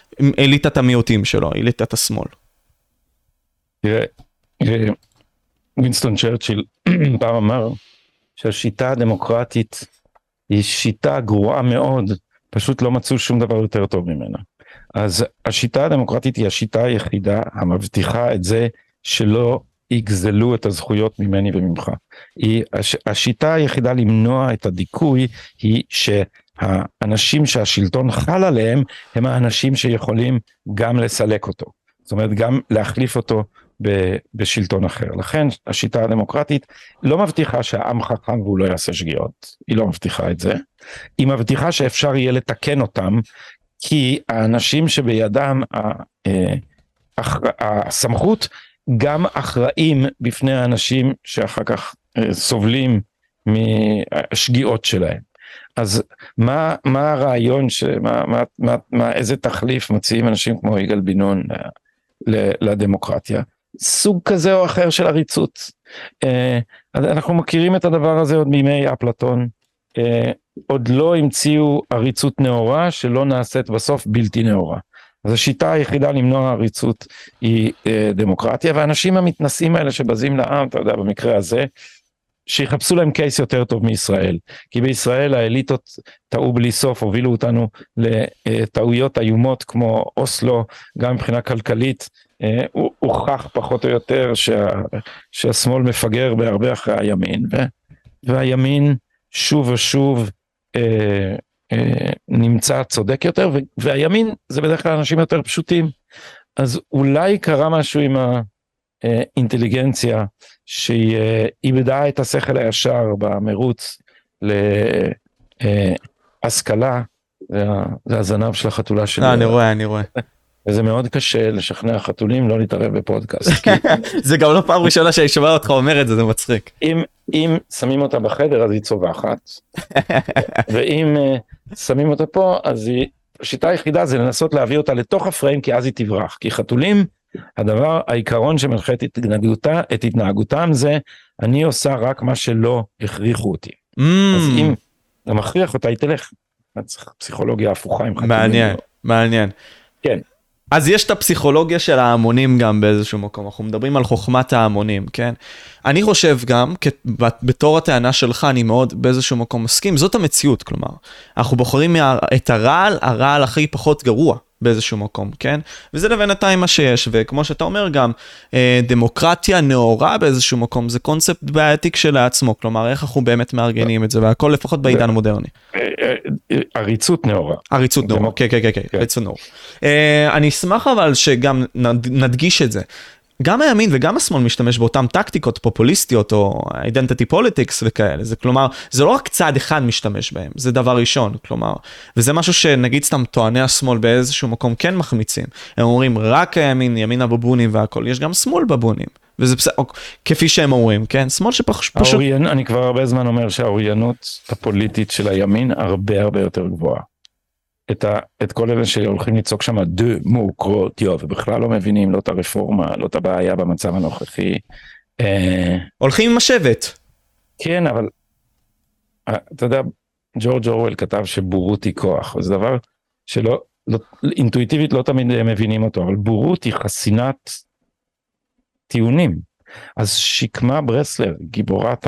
לאליטת המיעוטים שלו, אליטת השמאל. תראה, וינסטון צ'רצ'יל פעם אמר שהשיטה הדמוקרטית היא שיטה גרועה מאוד, פשוט לא מצאו שום דבר יותר טוב ממנה. אז השיטה הדמוקרטית היא השיטה היחידה המבטיחה את זה שלא יגזלו את הזכויות ממני וממך. השיטה היחידה למנוע את הדיכוי היא שהאנשים שהשלטון חל עליהם הם האנשים שיכולים גם לסלק אותו. זאת אומרת גם להחליף אותו בשלטון אחר. לכן השיטה הדמוקרטית לא מבטיחה שהעם חכם והוא לא יעשה שגיאות. היא לא מבטיחה את זה. היא מבטיחה שאפשר יהיה לתקן אותם, כי האנשים שבידם הסמכות גם אחראים בפני האנשים שאחר כך סובלים מהשגיאות שלהם. אז מה הרעיון, איזה תחליף מציעים אנשים כמו יגאל בן-נון לדמוקרטיה? סוג כזה או אחר של עריצות. אנחנו מכירים את הדבר הזה עוד מימי אפלטון, עוד לא המציאו עריצות נאורה שלא נעשית בסוף בלתי נאורה. אז השיטה היחידה למנוע עריצות היא דמוקרטיה, והאנשים המתנסים האלה שבזים לעם, אתה יודע, במקרה הזה, שיחפשו להם קייס יותר טוב מישראל, כי בישראל האליטות טעו בלי סוף, הובילו אותנו לטעויות איומות כמו אוסלו, גם מבחינה כלכלית, הוכח פחות או יותר שהשמאל מפגר בהרבה אחרי הימין, והימין שוב ושוב נמצא צודק יותר, והימין זה בדרך כלל אנשים יותר פשוטים, אז אולי קרה משהו עם האינטליגנציה, שהיא איבדה את השכל הישר במרוץ להשכלה, זה הזנב של החתולה שלי. אני רואה. וזה מאוד קשה לשכנע חתולים לא להתערב בפודקאסט. זה גם לא פעם ראשונה שאני שומע אותך אומר את זה, זה מצחיק. אם שמים אותה בחדר אז היא צובחת, ואם שמים אותה פה אז השיטה היחידה זה לנסות להביא אותה לתוך הפריים, כי אז היא תברח, כי חתולים, העיקרון שמנחה את התנהגותם זה, אני עושה רק מה שלא הכריחו אותי. אז אם אתה מכריח אותה, היא תלך. פסיכולוגיה הפוכה עם חתולים. מעניין. כן. אז יש את הפסיכולוגיה של ההמונים גם באיזשהו מקום, אנחנו מדברים על חוכמת ההמונים, כן? אני חושב גם, בתור הטענה שלך, אני מאוד באיזשהו מקום מסכים, זאת המציאות, כלומר, אנחנו בוחרים את הרעל הכי פחות גרוע באיזשהו מקום, כן? וזה לבינתיים מה שיש, וכמו שאתה אומר גם, דמוקרטיה נאורה באיזשהו מקום, זה קונספט בעייתי כשלעצמו, כלומר, איך אנחנו באמת מארגנים את זה, והכל לפחות בעידן המודרני. עריצות נאורה. עריצות נאורה, כן, עריצות נאורה. אני אשמח אבל שגם נדגיש את זה. גם הימין וגם השמאל משתמש באותן טקטיקות פופוליסטיות או identity politics וכאלה, זה כלומר, זה לא רק צד אחד משתמש בהם, זה דבר ראשון, כלומר, וזה משהו שנגיד סתם טועני השמאל באיזשהו מקום כן מחמיצים, הם אומרים רק הימין, ימין הבבונים והכל, יש גם שמאל בבונים, וזה כפי שהם אומרים, כן, שמאל שפשוט... אני כבר הרבה זמן אומר שהאוריינות הפוליטית של הימין הרבה הרבה יותר גבוהה. את כל אלה שהולכים לצעוק שם דמוקרטיה, ובכלל לא מבינים לא את הרפורמה, לא את הבעיה במצב הנוכחי. הולכים עם השבט. כן, אבל אתה יודע, ג'ורג' אורוול כתב שבורות היא כוח, וזה דבר שלא, אינטואיטיבית לא תמיד מבינים אותו, אבל בורות היא חסינת טיעונים. אז שקמה ברסלר, גיבורת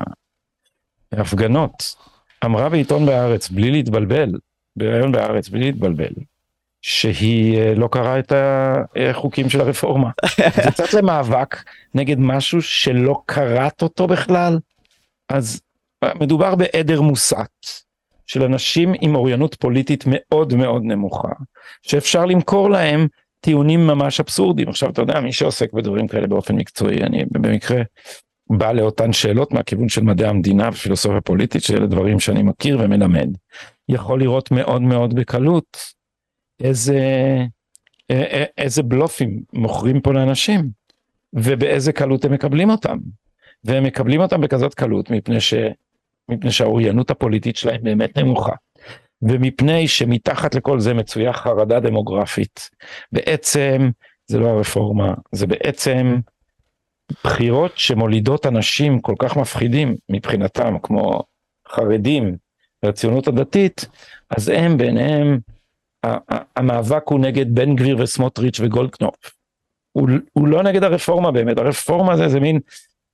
ההפגנות, אמרה בעיתון בהארץ, בלי להתבלבל, בראיון בארץ, בלי להתבלבל, שהיא לא קראה את החוקים של הרפורמה. זה קצת למאבק נגד משהו שלא קראת אותו בכלל. אז מדובר בעדר מוסעת של אנשים עם אוריינות פוליטית מאוד מאוד נמוכה, שאפשר למכור להם טיעונים ממש אבסורדים. עכשיו אתה יודע, מי שעוסק בדברים כאלה באופן מקצועי, אני במקרה בא לאותן שאלות מהכיוון של מדעי המדינה ופילוסופיה פוליטית, שאלה דברים שאני מכיר ומלמד. יכול לראות מאוד מאוד בקלות איזה בלופים מוכרים פה לאנשים, ובאיזה קלות הם מקבלים אותם. והם מקבלים אותם בכזאת קלות, מפני שהאוריינות הפוליטית שלהם באמת נמוכה. ומפני שמתחת לכל זה מצויה חרדה דמוגרפית. בעצם זה לא הרפורמה, זה בעצם בחירות שמולידות אנשים כל כך מפחידים מבחינתם, כמו חרדים והציונות הדתית, אז הם ביניהם, המאבק הוא נגד בן גביר וסמוטריץ' וגולדקנופ. הוא לא נגד הרפורמה באמת, הרפורמה זה מין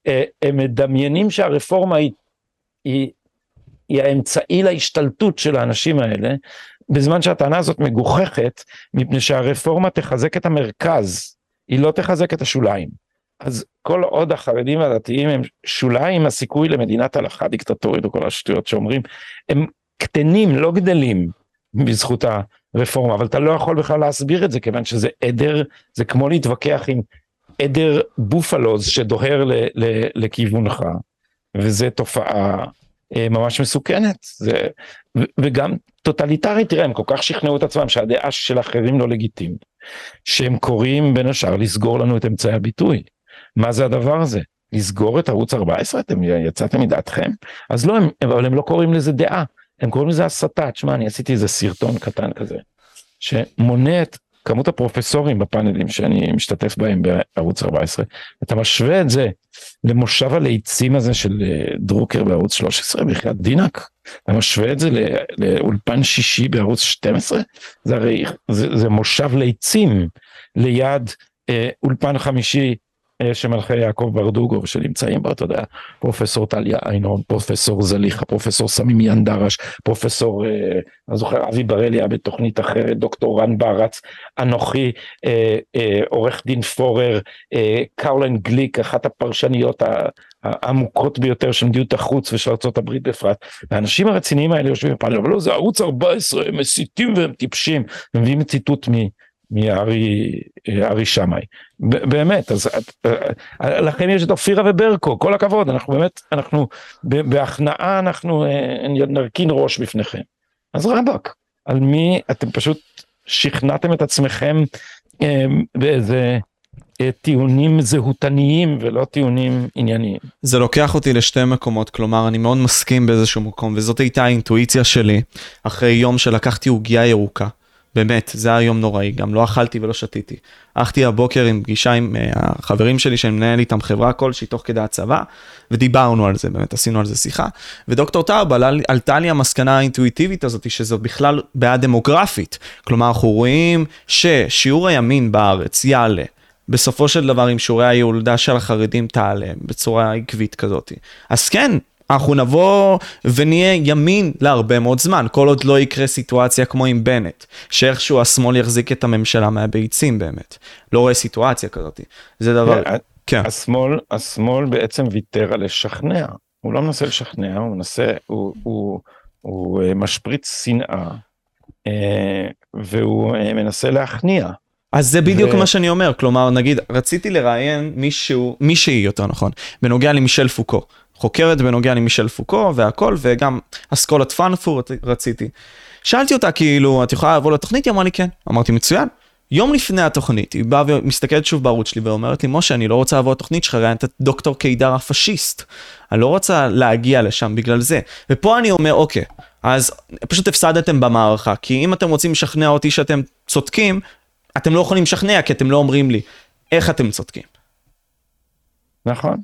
הם מדמיינים שהרפורמה היא האמצעי להשתלטות של האנשים האלה, בזמן שהטענה הזאת מגוחכת, מפני שהרפורמה תחזק את המרכז, היא לא תחזק את השוליים. אז כל עוד החרדים והדתיים הם שוליים, הסיכוי למדינת הלכה דיקטטורית, או כל השטויות שאומרים, הם קטנים, לא גדלים, בזכות הרפורמה, אבל אתה לא יכול בכלל להסביר את זה, כיוון שזה עדר, זה כמו להתווכח עם עדר בופלוז שדוהר לכיוונך, וזה תופעה ממש מסוכנת, וגם טוטליטרית. תראה, הם כל כך שכנעו את עצמם שהדעה של אחרים לא לגיטימית, שהם קוראים בין השאר לסגור לנו את אמצעי הביטוי. מה זה הדבר הזה? לסגור את ערוץ 14? אתם יצאתם מדעתכם? אז לא, אבל הם לא קוראים לזה דעה, הם קוראים לזה הסתה. תשמע, אני עשיתי איזה סרטון קטן כזה, שמונה את כמות הפרופסורים בפאנלים שאני משתתף בהם בערוץ 14, אתה משווה את זה למושב הליצים הזה של דרוקר בערוץ 13, בחייאת דינק, אתה משווה את זה לאולפן שישי בערוץ 12, זה הרי, זה מושב ליצים ליד אולפן חמישי שמלכי יעקב ברדוגו שנמצאים בה, אתה יודע, פרופסור טליה איינון, פרופסור זליכה, פרופסור סמי מיאנדרש, פרופסור, אני זוכר, אבי ברליה בתוכנית אחרת, דוקטור רן ברץ, אנוכי, עורך דין פורר, קרולין גליק, אחת הפרשניות העמוקות ביותר של מדיניות החוץ ושל ארצות הברית בפרט, והאנשים הרציניים האלה יושבים בפאנל, אבל לא, זה ערוץ 14, הם מסיתים והם טיפשים, הם מביאים ציטוט מארי שמאי, באמת. אז לכם יש את אופירה וברקו, כל הכבוד, אנחנו באמת, אנחנו בהכנעה, אנחנו נרכין ראש בפניכם. אז רבק, על מי אתם פשוט שכנעתם את עצמכם באיזה טיעונים זהותניים ולא טיעונים ענייניים. זה לוקח אותי לשתי מקומות, כלומר אני מאוד מסכים באיזשהו מקום, וזאת הייתה האינטואיציה שלי אחרי יום שלקחתי עוגיה ירוקה. באמת, זה היה יום נוראי, גם לא אכלתי ולא שתיתי. הלכתי הבוקר עם פגישה עם החברים שלי, שאני מנהל איתם חברה כלשהי תוך כדי הצבא, ודיברנו על זה, באמת עשינו על זה שיחה, ודוקטור טאוב עלתה לי המסקנה האינטואיטיבית הזאת, שזאת בכלל בעיה דמוגרפית, כלומר אנחנו רואים ששיעור הימין בארץ יעלה, בסופו של דבר עם שיעורי הילודה של החרדים תעלה, בצורה עקבית כזאת. אז כן, אנחנו נבוא ונהיה ימין להרבה מאוד זמן, כל עוד לא יקרה סיטואציה כמו עם בנט, שאיכשהו השמאל יחזיק את הממשלה מהביצים באמת. לא רואה סיטואציה כזאת. זה דבר... כן. השמאל בעצם ויתר על לשכנע. הוא לא מנסה לשכנע, הוא משפריץ שנאה, והוא מנסה להכניע. אז זה בדיוק מה שאני אומר, כלומר, נגיד, רציתי לראיין מישהי יותר נכון, בנוגע למישל פוקו. חוקרת בנוגע למישל פוקו והכל, וגם אסכולת פרנקפורט רציתי. שאלתי אותה כאילו, את יכולה לבוא לתוכנית? היא אמרה לי כן. אמרתי מצוין. יום לפני התוכנית, היא באה ומסתכלת שוב בערוץ שלי ואומרת לי, משה, אני לא רוצה לבוא לתוכנית שלך, ראיינת את דוקטור קידר הפשיסט. אני לא רוצה להגיע לשם בגלל זה. ופה אני אומר, אוקיי, אז פשוט הפסדתם במערכה, כי אם אתם רוצים לשכנע אותי שאתם צודקים, אתם לא יכולים לשכנע, כי אתם לא אומרים לי איך אתם צודקים. נכון,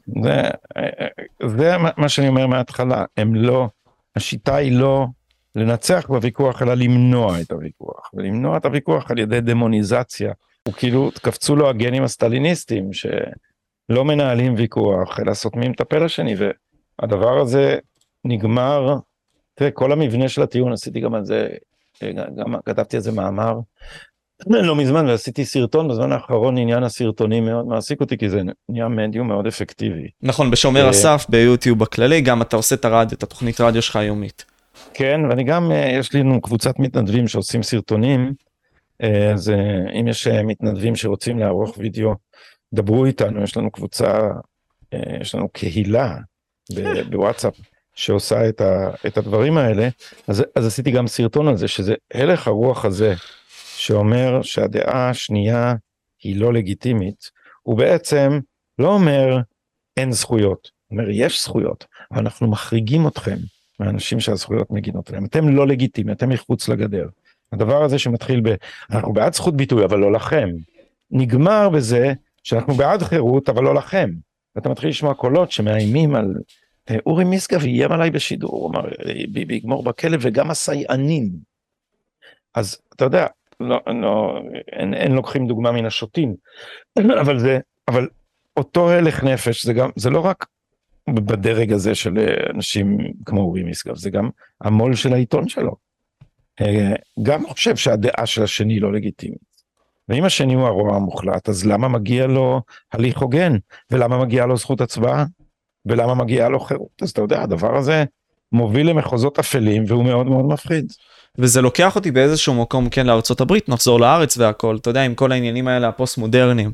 זה מה שאני אומר מההתחלה, השיטה היא לא לנצח בוויכוח, אלא למנוע את הוויכוח, ולמנוע את הוויכוח על ידי דמוניזציה, וכאילו קפצו לו הגנים הסטליניסטים, שלא מנהלים ויכוח, אלא סותמים את הפה לשני, והדבר הזה נגמר, תראה, כל המבנה של הטיעון, עשיתי גם על זה, גם כתבתי על זה מאמר, לא מזמן, ועשיתי סרטון בזמן האחרון, עניין הסרטונים מאוד מעסיק אותי, כי זה נהיה מדיום מאוד אפקטיבי. נכון, בשומר הסף, ביוטיוב בכללי, גם אתה עושה את התוכנית רדיו שלך היומית. כן, ואני גם, יש לי קבוצת מתנדבים שעושים סרטונים, אז אם יש מתנדבים שרוצים לערוך וידאו, דברו איתנו, יש לנו קבוצה, יש לנו קהילה בוואטסאפ, שעושה את הדברים האלה, אז עשיתי גם סרטון על זה, שזה הלך הרוח הזה, שאומר שהדעה השנייה היא לא לגיטימית, הוא בעצם לא אומר אין זכויות, הוא אומר יש זכויות, אבל אנחנו מחריגים אתכם מהאנשים שהזכויות מגינות להם, אתם לא לגיטימיים, אתם מחוץ לגדר. הדבר הזה שמתחיל אנחנו בעד זכות ביטוי, אבל לא לכם, נגמר בזה שאנחנו בעד חירות, אבל לא לכם. ואתה מתחיל לשמוע קולות שמאיימים על, אורי מיסגב איים עליי בשידור, הוא אמר, ביבי יגמור בכלא, וגם הסייענים. אז אתה יודע, אין לוקחים דוגמה מן השוטים, אבל אותו הלך נפש, זה לא רק בדרג הזה של אנשים כמו אורי משגב, זה גם המול של העיתון שלו. גם חושב שהדעה של השני לא לגיטימית. ואם השני הוא הרוע המוחלט, אז למה מגיע לו הליך הוגן? ולמה מגיע לו זכות הצבעה? ולמה מגיע לו חירות? אז אתה יודע, הדבר הזה מוביל למחוזות אפלים, והוא מאוד מאוד מפחיד. וזה לוקח אותי באיזשהו מקום, כן, לארצות הברית, נחזור לארץ והכל, אתה יודע, עם כל העניינים האלה, הפוסט-מודרניים,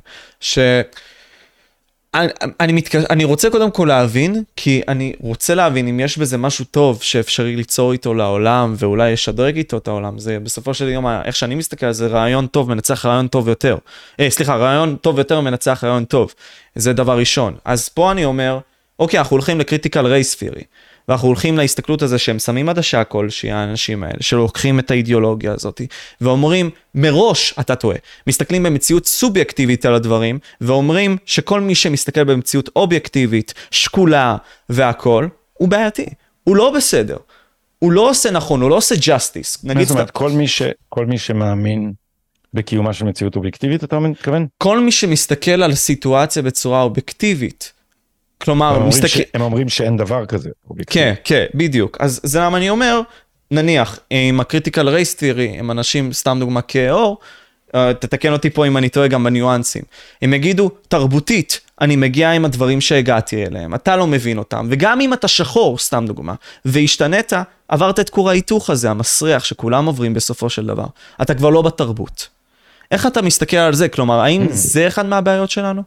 אני רוצה קודם כל להבין, כי אני רוצה להבין אם יש בזה משהו טוב שאפשרי ליצור איתו לעולם, ואולי ישדרג איתו את העולם. זה בסופו של יום, איך שאני מסתכל על זה, רעיון טוב מנצח רעיון טוב יותר. רעיון טוב יותר מנצח רעיון טוב. זה דבר ראשון. אז פה אני אומר, אוקיי, אנחנו הולכים לקריטיקל רייס תיאורי, ואנחנו הולכים להסתכלות הזה שהם שמים עדשה כלשהי האנשים האלה, שלוקחים את האידיאולוגיה הזאת, ואומרים, מראש אתה טועה, מסתכלים במציאות סובייקטיבית על הדברים, ואומרים שכל מי שמסתכל במציאות אובייקטיבית, שקולה והכל, הוא בעייתי, הוא לא בסדר, הוא לא עושה נכון, הוא לא עושה justice. זאת אומרת, כל מי שמאמין בקיומה של מציאות אובייקטיבית, אתה מתכוון? כל מי שמסתכל על סיטואציה בצורה אובייקטיבית, כלומר, הם אומרים שאין דבר כזה. כן, כן, בדיוק. אז זה למה אני אומר, נניח, עם הקריטיקל רייס תיאורי, הם אנשים, סתם דוגמה כאור, תתקן אותי פה אם אני טועה גם בניואנסים. הם יגידו, תרבותית, אני מגיע עם הדברים שהגעתי אליהם, אתה לא מבין אותם, וגם אם אתה שחור, סתם דוגמה, והשתנית, עברת את כור ההיתוך הזה, המסריח שכולם עוברים בסופו של דבר. אתה כבר לא בתרבות. איך אתה מסתכל על זה? כלומר, האם זה אחד מהבעיות שלנו?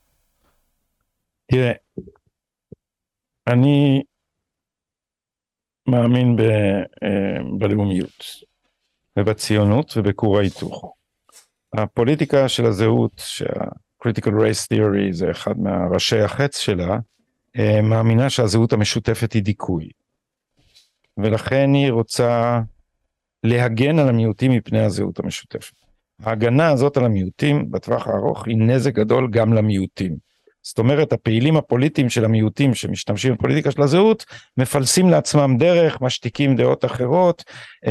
תראה, אני מאמין בלאומיות ובציונות ובכור ההיתוך. הפוליטיקה של הזהות, שה-critical race theory זה אחד מהראשי החץ שלה, מאמינה שהזהות המשותפת היא דיכוי. ולכן היא רוצה להגן על המיעוטים מפני הזהות המשותפת. ההגנה הזאת על המיעוטים בטווח הארוך היא נזק גדול גם למיעוטים. זאת אומרת, הפעילים הפוליטיים של המיעוטים שמשתמשים בפוליטיקה של הזהות, מפלסים לעצמם דרך, משתיקים דעות אחרות,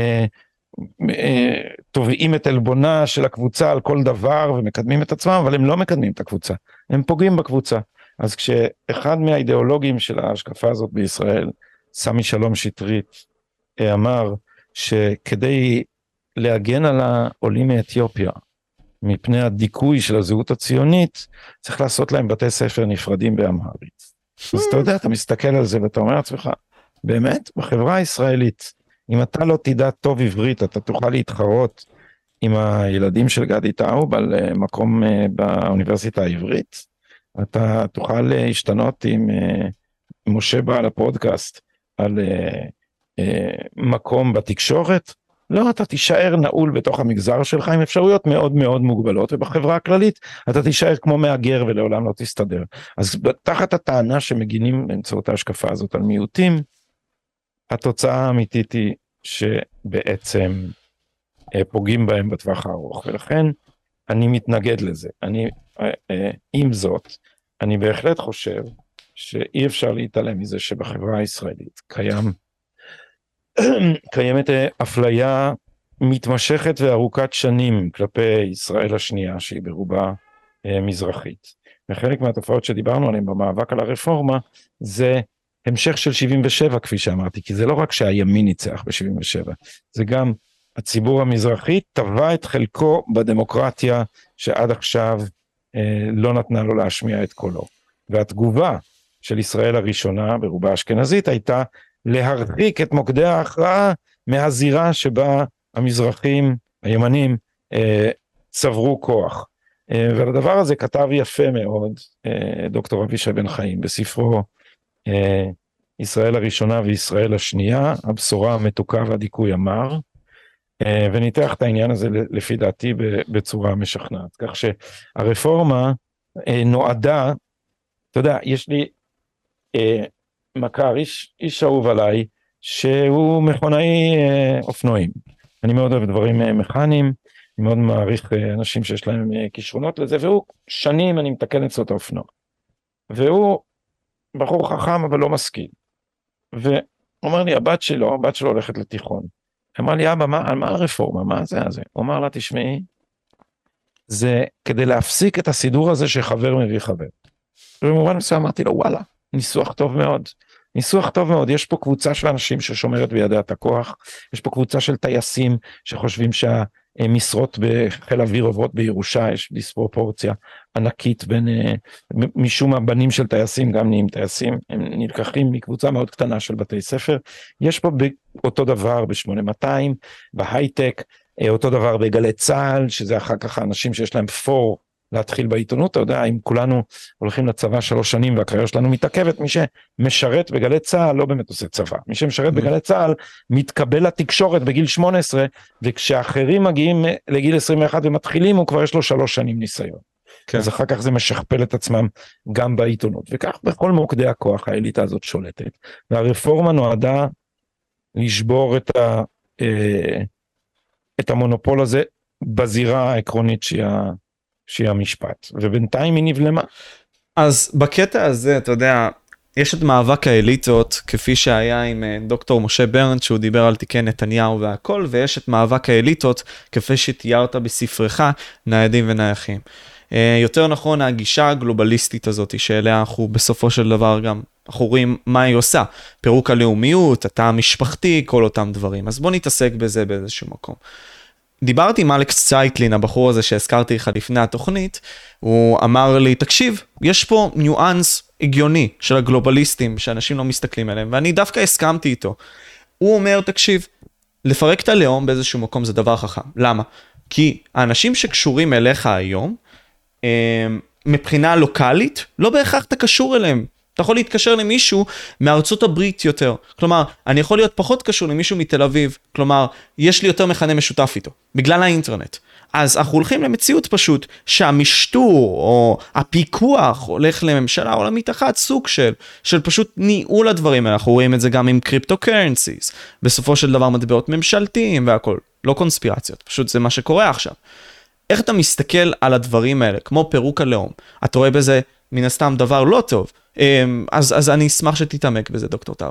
תובעים את אלבונה של הקבוצה על כל דבר ומקדמים את עצמם, אבל הם לא מקדמים את הקבוצה, הם פוגעים בקבוצה. אז כשאחד מהאידיאולוגים של ההשקפה הזאת בישראל, סמי שלום שטרית, אמר שכדי להגן על העולים מאתיופיה, מפני הדיכוי של הזהות הציונית, צריך לעשות להם בתי ספר נפרדים באמהרית. אז אתה יודע, אתה מסתכל על זה ואתה אומר לעצמך, באמת, בחברה הישראלית, אם אתה לא תדע טוב עברית, אתה תוכל להתחרות עם הילדים של גדי טאוב על מקום באוניברסיטה העברית, אתה תוכל להשתנות עם משה בעל הפודקאסט על מקום בתקשורת, לא, אתה תישאר נעול בתוך המגזר שלך עם אפשרויות מאוד מאוד מוגבלות, ובחברה הכללית אתה תישאר כמו מאגר ולעולם לא תסתדר. אז תחת הטענה שמגינים באמצעות ההשקפה הזאת על מיעוטים, התוצאה האמיתית היא שבעצם פוגעים בהם בטווח הארוך, ולכן אני מתנגד לזה. עם זאת, אני בהחלט חושב שאי אפשר להתעלם מזה שבחברה הישראלית קיימת אפליה מתמשכת וארוכת שנים כלפי ישראל השנייה, שהיא ברובה מזרחית. וחלק מהתופעות שדיברנו עליהן במאבק על הרפורמה, זה המשך של 77, כפי שאמרתי, כי זה לא רק שהימין ניצח ב-77, זה גם הציבור המזרחי טבע את חלקו בדמוקרטיה שעד עכשיו לא נתנה לו להשמיע את קולו. והתגובה של ישראל הראשונה, ברובה אשכנזית, הייתה להרחיק את מוקדי ההכרעה מהזירה שבה המזרחים, הימנים, צברו כוח. ולדבר הזה כתב יפה מאוד דוקטור אבישי בן חיים בספרו ישראל הראשונה וישראל השנייה, הבשורה המתוקה והדיכוי המר, וניתח את העניין הזה לפי דעתי בצורה משכנעת. כך שהרפורמה נועדה, אתה יודע, יש לי מכר, איש אהוב עליי, שהוא מכונאי אופנועים. אני מאוד אוהב דברים מכניים, אני מאוד מעריך אנשים שיש להם כישרונות לזה, והוא שנים אני מתקן אצלו את האופנוע. והוא בחור חכם אבל לא משכיל. ואומר לי, הבת שלו הולכת לתיכון. אמר לי, אבא, מה הרפורמה? מה זה? הוא אמר לה, תשמעי, זה כדי להפסיק את הסידור הזה שחבר מביא חבר. ובמובן מסוים אמרתי לו, וואלה, ניסוח טוב מאוד. ניסוח טוב מאוד, יש פה קבוצה של אנשים ששומרת בידיה את הכוח, יש פה קבוצה של טייסים שחושבים שהמשרות בחיל אוויר עוברות בירושה, יש דיספרופורציה ענקית בין, משום הבנים של טייסים גם נהיים טייסים, הם נלקחים מקבוצה מאוד קטנה של בתי ספר, יש פה אותו דבר ב-8200, בהייטק, אותו דבר בגלי צהל, שזה אחר כך האנשים שיש להם פור, להתחיל בעיתונות, אתה יודע, אם כולנו הולכים לצבא 3 שנים והקריירה שלנו מתעכבת, מי שמשרת בגלי צהל לא באמת עושה צבא, מי שמשרת בגלי צהל מתקבל לתקשורת בגיל 18, וכשאחרים מגיעים לגיל 21 ומתחילים, הוא כבר יש לו 3 שנים ניסיון. כן. אז אחר כך זה משכפל את עצמם גם בעיתונות, וכך בכל מוקדי הכוח האליטה הזאת שולטת, והרפורמה נועדה לשבור את המונופול הזה בזירה העקרונית שהיא המשפט, ובינתיים היא נבלמה. אז בקטע הזה, אתה יודע, יש את מאבק האליטות, כפי שהיה עם דוקטור משה ברנד, שהוא דיבר על תיקי נתניהו והכל, ויש את מאבק האליטות, כפי שתיארת בספרך, ניידים ונייחים. יותר נכון, הגישה הגלובליסטית הזאת, שאליה אנחנו בסופו של דבר גם, אנחנו רואים מה היא עושה, פירוק הלאומיות, התא המשפחתי, כל אותם דברים. אז בוא נתעסק בזה באיזשהו מקום. דיברתי עם אלכס צייטלין, הבחור הזה שהזכרתי לך לפני התוכנית, הוא אמר לי, תקשיב, יש פה ניואנס הגיוני של הגלובליסטים, שאנשים לא מסתכלים עליהם, ואני דווקא הסכמתי איתו. הוא אומר, תקשיב, לפרק את הלאום באיזשהו מקום זה דבר חכם. למה? כי האנשים שקשורים אליך היום, מבחינה לוקלית, לא בהכרח אתה קשור אליהם. אתה יכול להתקשר למישהו מארצות הברית יותר. כלומר, אני יכול להיות פחות קשור למישהו מתל אביב. כלומר, יש לי יותר מכנה משותף איתו, בגלל האינטרנט. אז אנחנו הולכים למציאות פשוט, שהמשטור או הפיקוח הולך לממשלה עולמית אחת, סוג של פשוט ניהול הדברים האלה. אנחנו רואים את זה גם עם קריפטו-קרנסיס. בסופו של דבר מטבעות ממשלתיים והכל. לא קונספירציות, פשוט זה מה שקורה עכשיו. איך אתה מסתכל על הדברים האלה, כמו פירוק הלאום? אתה רואה בזה מן הסתם דבר לא טוב. אז אני אשמח שתתעמק בזה, דוקטור טאוב.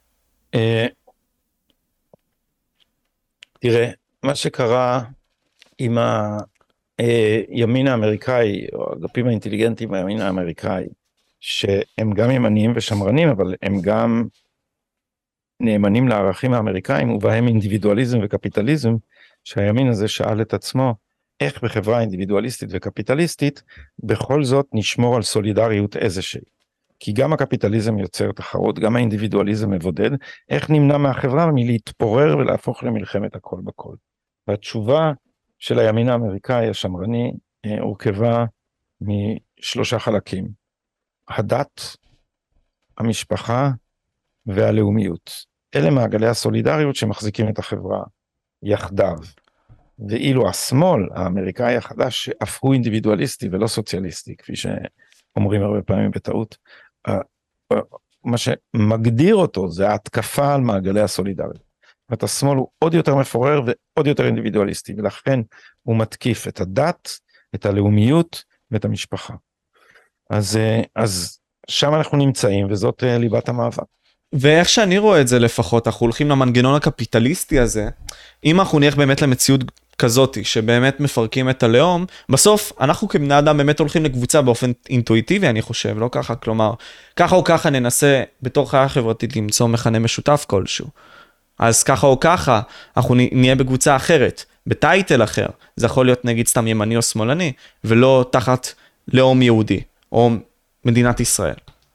תראה, מה שקרה עם הימין האמריקאי, או אגפים האינטליגנטיים בימין האמריקאי, שהם גם ימניים ושמרנים, אבל הם גם נאמנים לערכים האמריקאים, ובהם אינדיבידואליזם וקפיטליזם, שהימין הזה שאל את עצמו, איך בחברה אינדיבידואליסטית וקפיטליסטית, בכל זאת נשמור על סולידריות איזושהי. כי גם הקפיטליזם יוצר תחרות, גם האינדיבידואליזם מבודד, איך נמנע מהחברה מלהתפורר ולהפוך למלחמת הכל בכל. והתשובה של הימין האמריקאי השמרני הורכבה מ3 חלקים. הדת, המשפחה והלאומיות. אלה מעגלי הסולידריות שמחזיקים את החברה יחדיו. ואילו השמאל האמריקאי החדש, שאף הוא אינדיבידואליסטי ולא סוציאליסטי, כפי שאומרים הרבה פעמים בטעות, מה שמגדיר אותו זה ההתקפה על מעגלי הסולידריות. ואת השמאל הוא עוד יותר מפורר ועוד יותר אינדיבידואליסטי, ולכן הוא מתקיף את הדת, את הלאומיות ואת המשפחה. אז שם אנחנו נמצאים, וזאת ליבת המאבק. ואיך שאני רואה את זה לפחות, אנחנו הולכים למנגנון הקפיטליסטי הזה, אם אנחנו נלך באמת למציאות כזאת, שבאמת מפרקים את הלאום, בסוף אנחנו כבני אדם באמת הולכים לקבוצה באופן אינטואיטיבי, אני חושב, לא ככה, כלומר, ככה או ככה ננסה בתור חיה חברתית למצוא מכנה משותף כלשהו. אז ככה או ככה, אנחנו נהיה בקבוצה אחרת, בטייטל אחר, זה יכול להיות נגיד סתם ימני או שמאלני, ולא תחת לאום יהודי, או מדינת ישראל.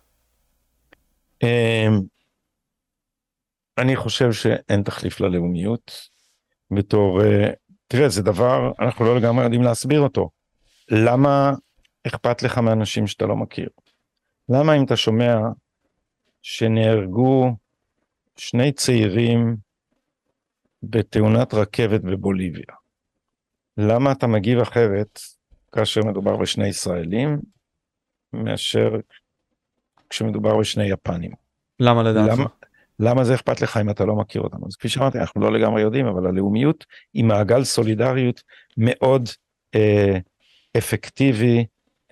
אני חושב שאין תחליף ללאומיות, בתור, תראה, זה דבר, אנחנו לא לגמרי יודעים להסביר אותו. למה אכפת לך מאנשים שאתה לא מכיר? למה אם אתה שומע שנהרגו 2 צעירים בתאונת רכבת בבוליביה? למה אתה מגיב אחרת כאשר מדובר ב2 ישראלים, מאשר כשמדובר ב2 יפנים? למה לדעתך? למה זה אכפת לך אם אתה לא מכיר אותם? אז כפי שאמרתי, אנחנו לא לגמרי יודעים, אבל הלאומיות היא מעגל סולידריות מאוד אפקטיבי,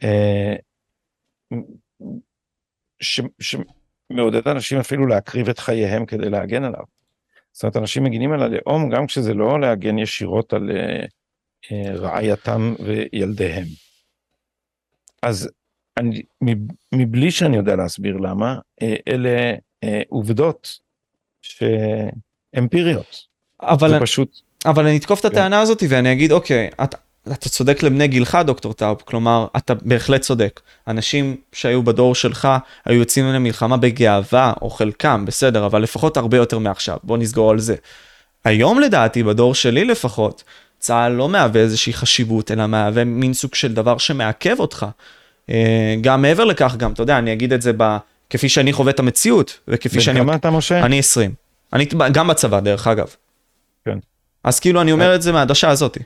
שמעודד אנשים אפילו להקריב את חייהם כדי להגן עליו. זאת אומרת, אנשים מגינים על הלאום, גם כשזה לא להגן ישירות על רעייתם וילדיהם. אז מבלי שאני יודע להסביר למה, אלה עובדות שאמפיריות. זה פשוט... אבל אני אתקוף את הטענה הזאת ואני אגיד, אוקיי, אתה צודק לבני גילך, דוקטור טאוב, כלומר, אתה בהחלט צודק. אנשים שהיו בדור שלך, היו יוצאים למלחמה בגאווה, או חלקם, בסדר, אבל לפחות הרבה יותר מעכשיו. בוא נסגור על זה. היום לדעתי, בדור שלי לפחות, צה"ל לא מהווה איזושהי חשיבות, אלא מהווה מין סוג של דבר שמעכב אותך. גם מעבר לכך, גם, אתה יודע, אני אגיד את זה כפי שאני חווה את המציאות, וכפי שאני... וכמה אתה, משה? אני 20. אני גם בצבא, דרך אגב. כן. אז כאילו אני אומר את זה מהדשה הזאת.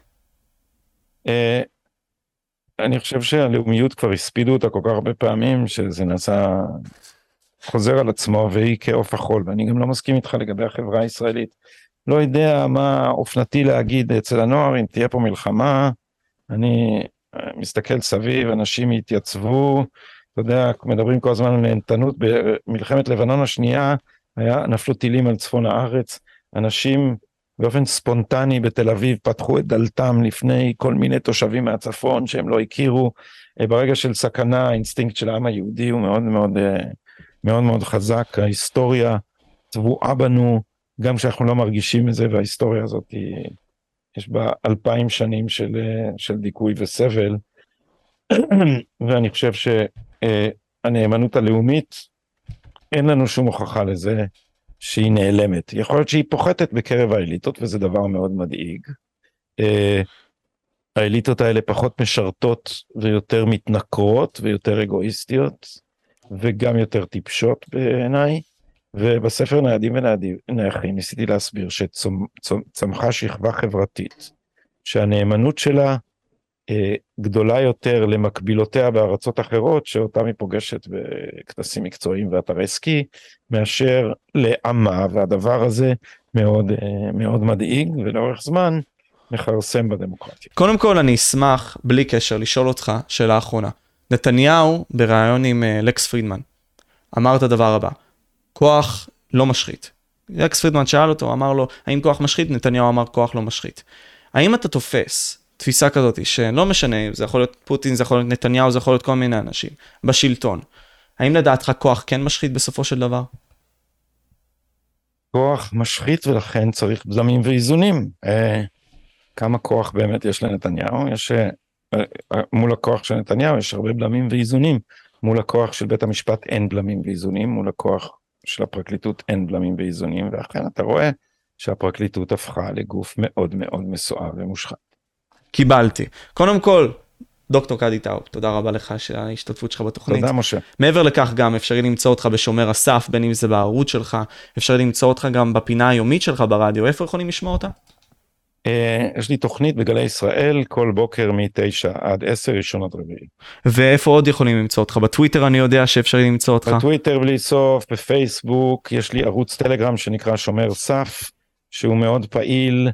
אני חושב שהלאומיות כבר הספידו אותה כל כך הרבה פעמים, שזה נעשה חוזר על עצמו, והיא כאוף החול, ואני גם לא מסכים איתך לגבי החברה הישראלית. לא יודע מה אופנתי להגיד אצל הנוער, אם תהיה פה מלחמה, אני מסתכל סביב, אנשים יתייצבו, אתה יודע, מדברים כל הזמן על נהנתנות, במלחמת לבנון השנייה, נפלו טילים על צפון הארץ, אנשים באופן ספונטני בתל אביב פתחו את דלתם לפני כל מיני תושבים מהצפון שהם לא הכירו, ברגע של סכנה, האינסטינקט של העם היהודי הוא מאוד מאוד, מאוד מאוד חזק, ההיסטוריה צבועה בנו, גם כשאנחנו לא מרגישים את זה, וההיסטוריה הזאת יש בה 2000 שנים של דיכוי וסבל, ואני חושב שהנאמנות הלאומית, אין לנו שום הוכחה לזה שהיא נעלמת. יכול להיות שהיא פוחתת בקרב האליטות, וזה דבר מאוד מדאיג. האליטות האלה פחות משרתות ויותר מתנכרות ויותר אגואיסטיות, וגם יותר טיפשות בעיניי. ובספר ניידים ונייחים ניסיתי להסביר שצמחה שכבה חברתית, שהנאמנות שלה גדולה יותר למקבילותיה בארצות אחרות, שאותם היא פוגשת בכנסים מקצועיים ואתרי סקי, מאשר לעמה, והדבר הזה מאוד, מאוד מדאיג, ולאורך זמן מחרסם בדמוקרטיה. קודם כל אני אשמח, בלי קשר, לשאול אותך שאלה אחרונה. נתניהו, בראיון עם לקס פרידמן, אמר את הדבר הבא, כוח לא משחית. לקס פרידמן שאל אותו, אמר לו, האם כוח משחית? נתניהו אמר, כוח לא משחית. האם אתה תופס תפיסה כזאת, שלא משנה, זה יכול להיות פוטין, זה יכול להיות נתניהו, זה יכול להיות כל מיני אנשים, בשלטון. האם לדעתך כוח כן משחית בסופו של דבר? כוח משחית ולכן צריך בלמים ואיזונים. כמה כוח באמת יש לנתניהו? מול הכוח של נתניהו יש הרבה בלמים ואיזונים. מול הכוח של בית המשפט אין בלמים ואיזונים, מול הכוח של הפרקליטות אין בלמים ואיזונים, ואכן אתה רואה שהפרקליטות הפכה לגוף מאוד מאוד מסוער ומושחת. קיבלתי. קודם כל, דוקטור גדי טאוב, תודה רבה לך שההשתתפות שלך בתוכנית. תודה, משה. מעבר לכך גם אפשרי למצוא אותך בשומר הסף, בין אם זה בערוץ שלך, אפשרי למצוא אותך גם בפינה היומית שלך ברדיו. איפה יכולים לשמוע אותה? יש לי תוכנית בגלי ישראל, כל בוקר מ-9 עד 10, ראשון עד רביעי. ואיפה עוד יכולים למצוא אותך? בטוויטר אני יודע שאפשרי למצוא אותך. בטוויטר בלי סוף, בפייסבוק, יש לי ערוץ טלגרם שנקרא שומר סף, שהוא מאוד פעיל,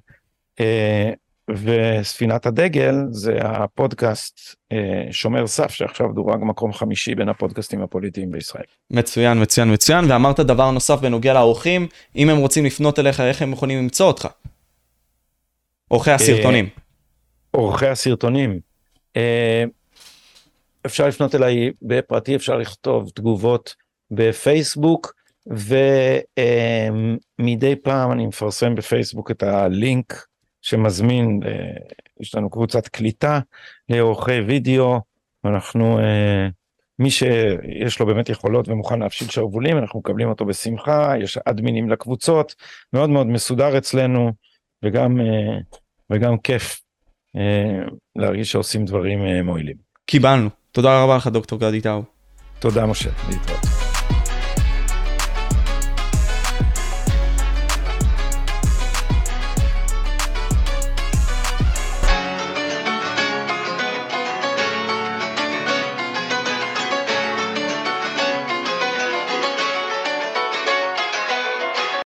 וספינת הדגל זה הפודקאסט שומר סף, שעכשיו דורג מקום 5 בין הפודקאסטים הפוליטיים בישראל. מצוין, מצוין, מצוין. ואמרת דבר נוסף בנוגע לאורחים, אם הם רוצים לפנות אליך, איך הם יכולים למצוא אותך? אורחי הסרטונים. אורחי הסרטונים. אפשר לפנות אליי בפרטי, אפשר לכתוב תגובות בפייסבוק, ומדי פעם אני מפרסם בפייסבוק את הלינק שמזמין, יש לנו קבוצת קליטה לאורחי וידאו, ואנחנו, מי שיש לו באמת יכולות ומוכן להפשיל שרבולים, אנחנו מקבלים אותו בשמחה, יש אדמינים לקבוצות, מאוד מאוד מסודר אצלנו, וגם כיף להרגיש שעושים דברים מועילים. קיבלנו. תודה רבה לך דוקטור גדי טאוב. תודה משה, להתראות.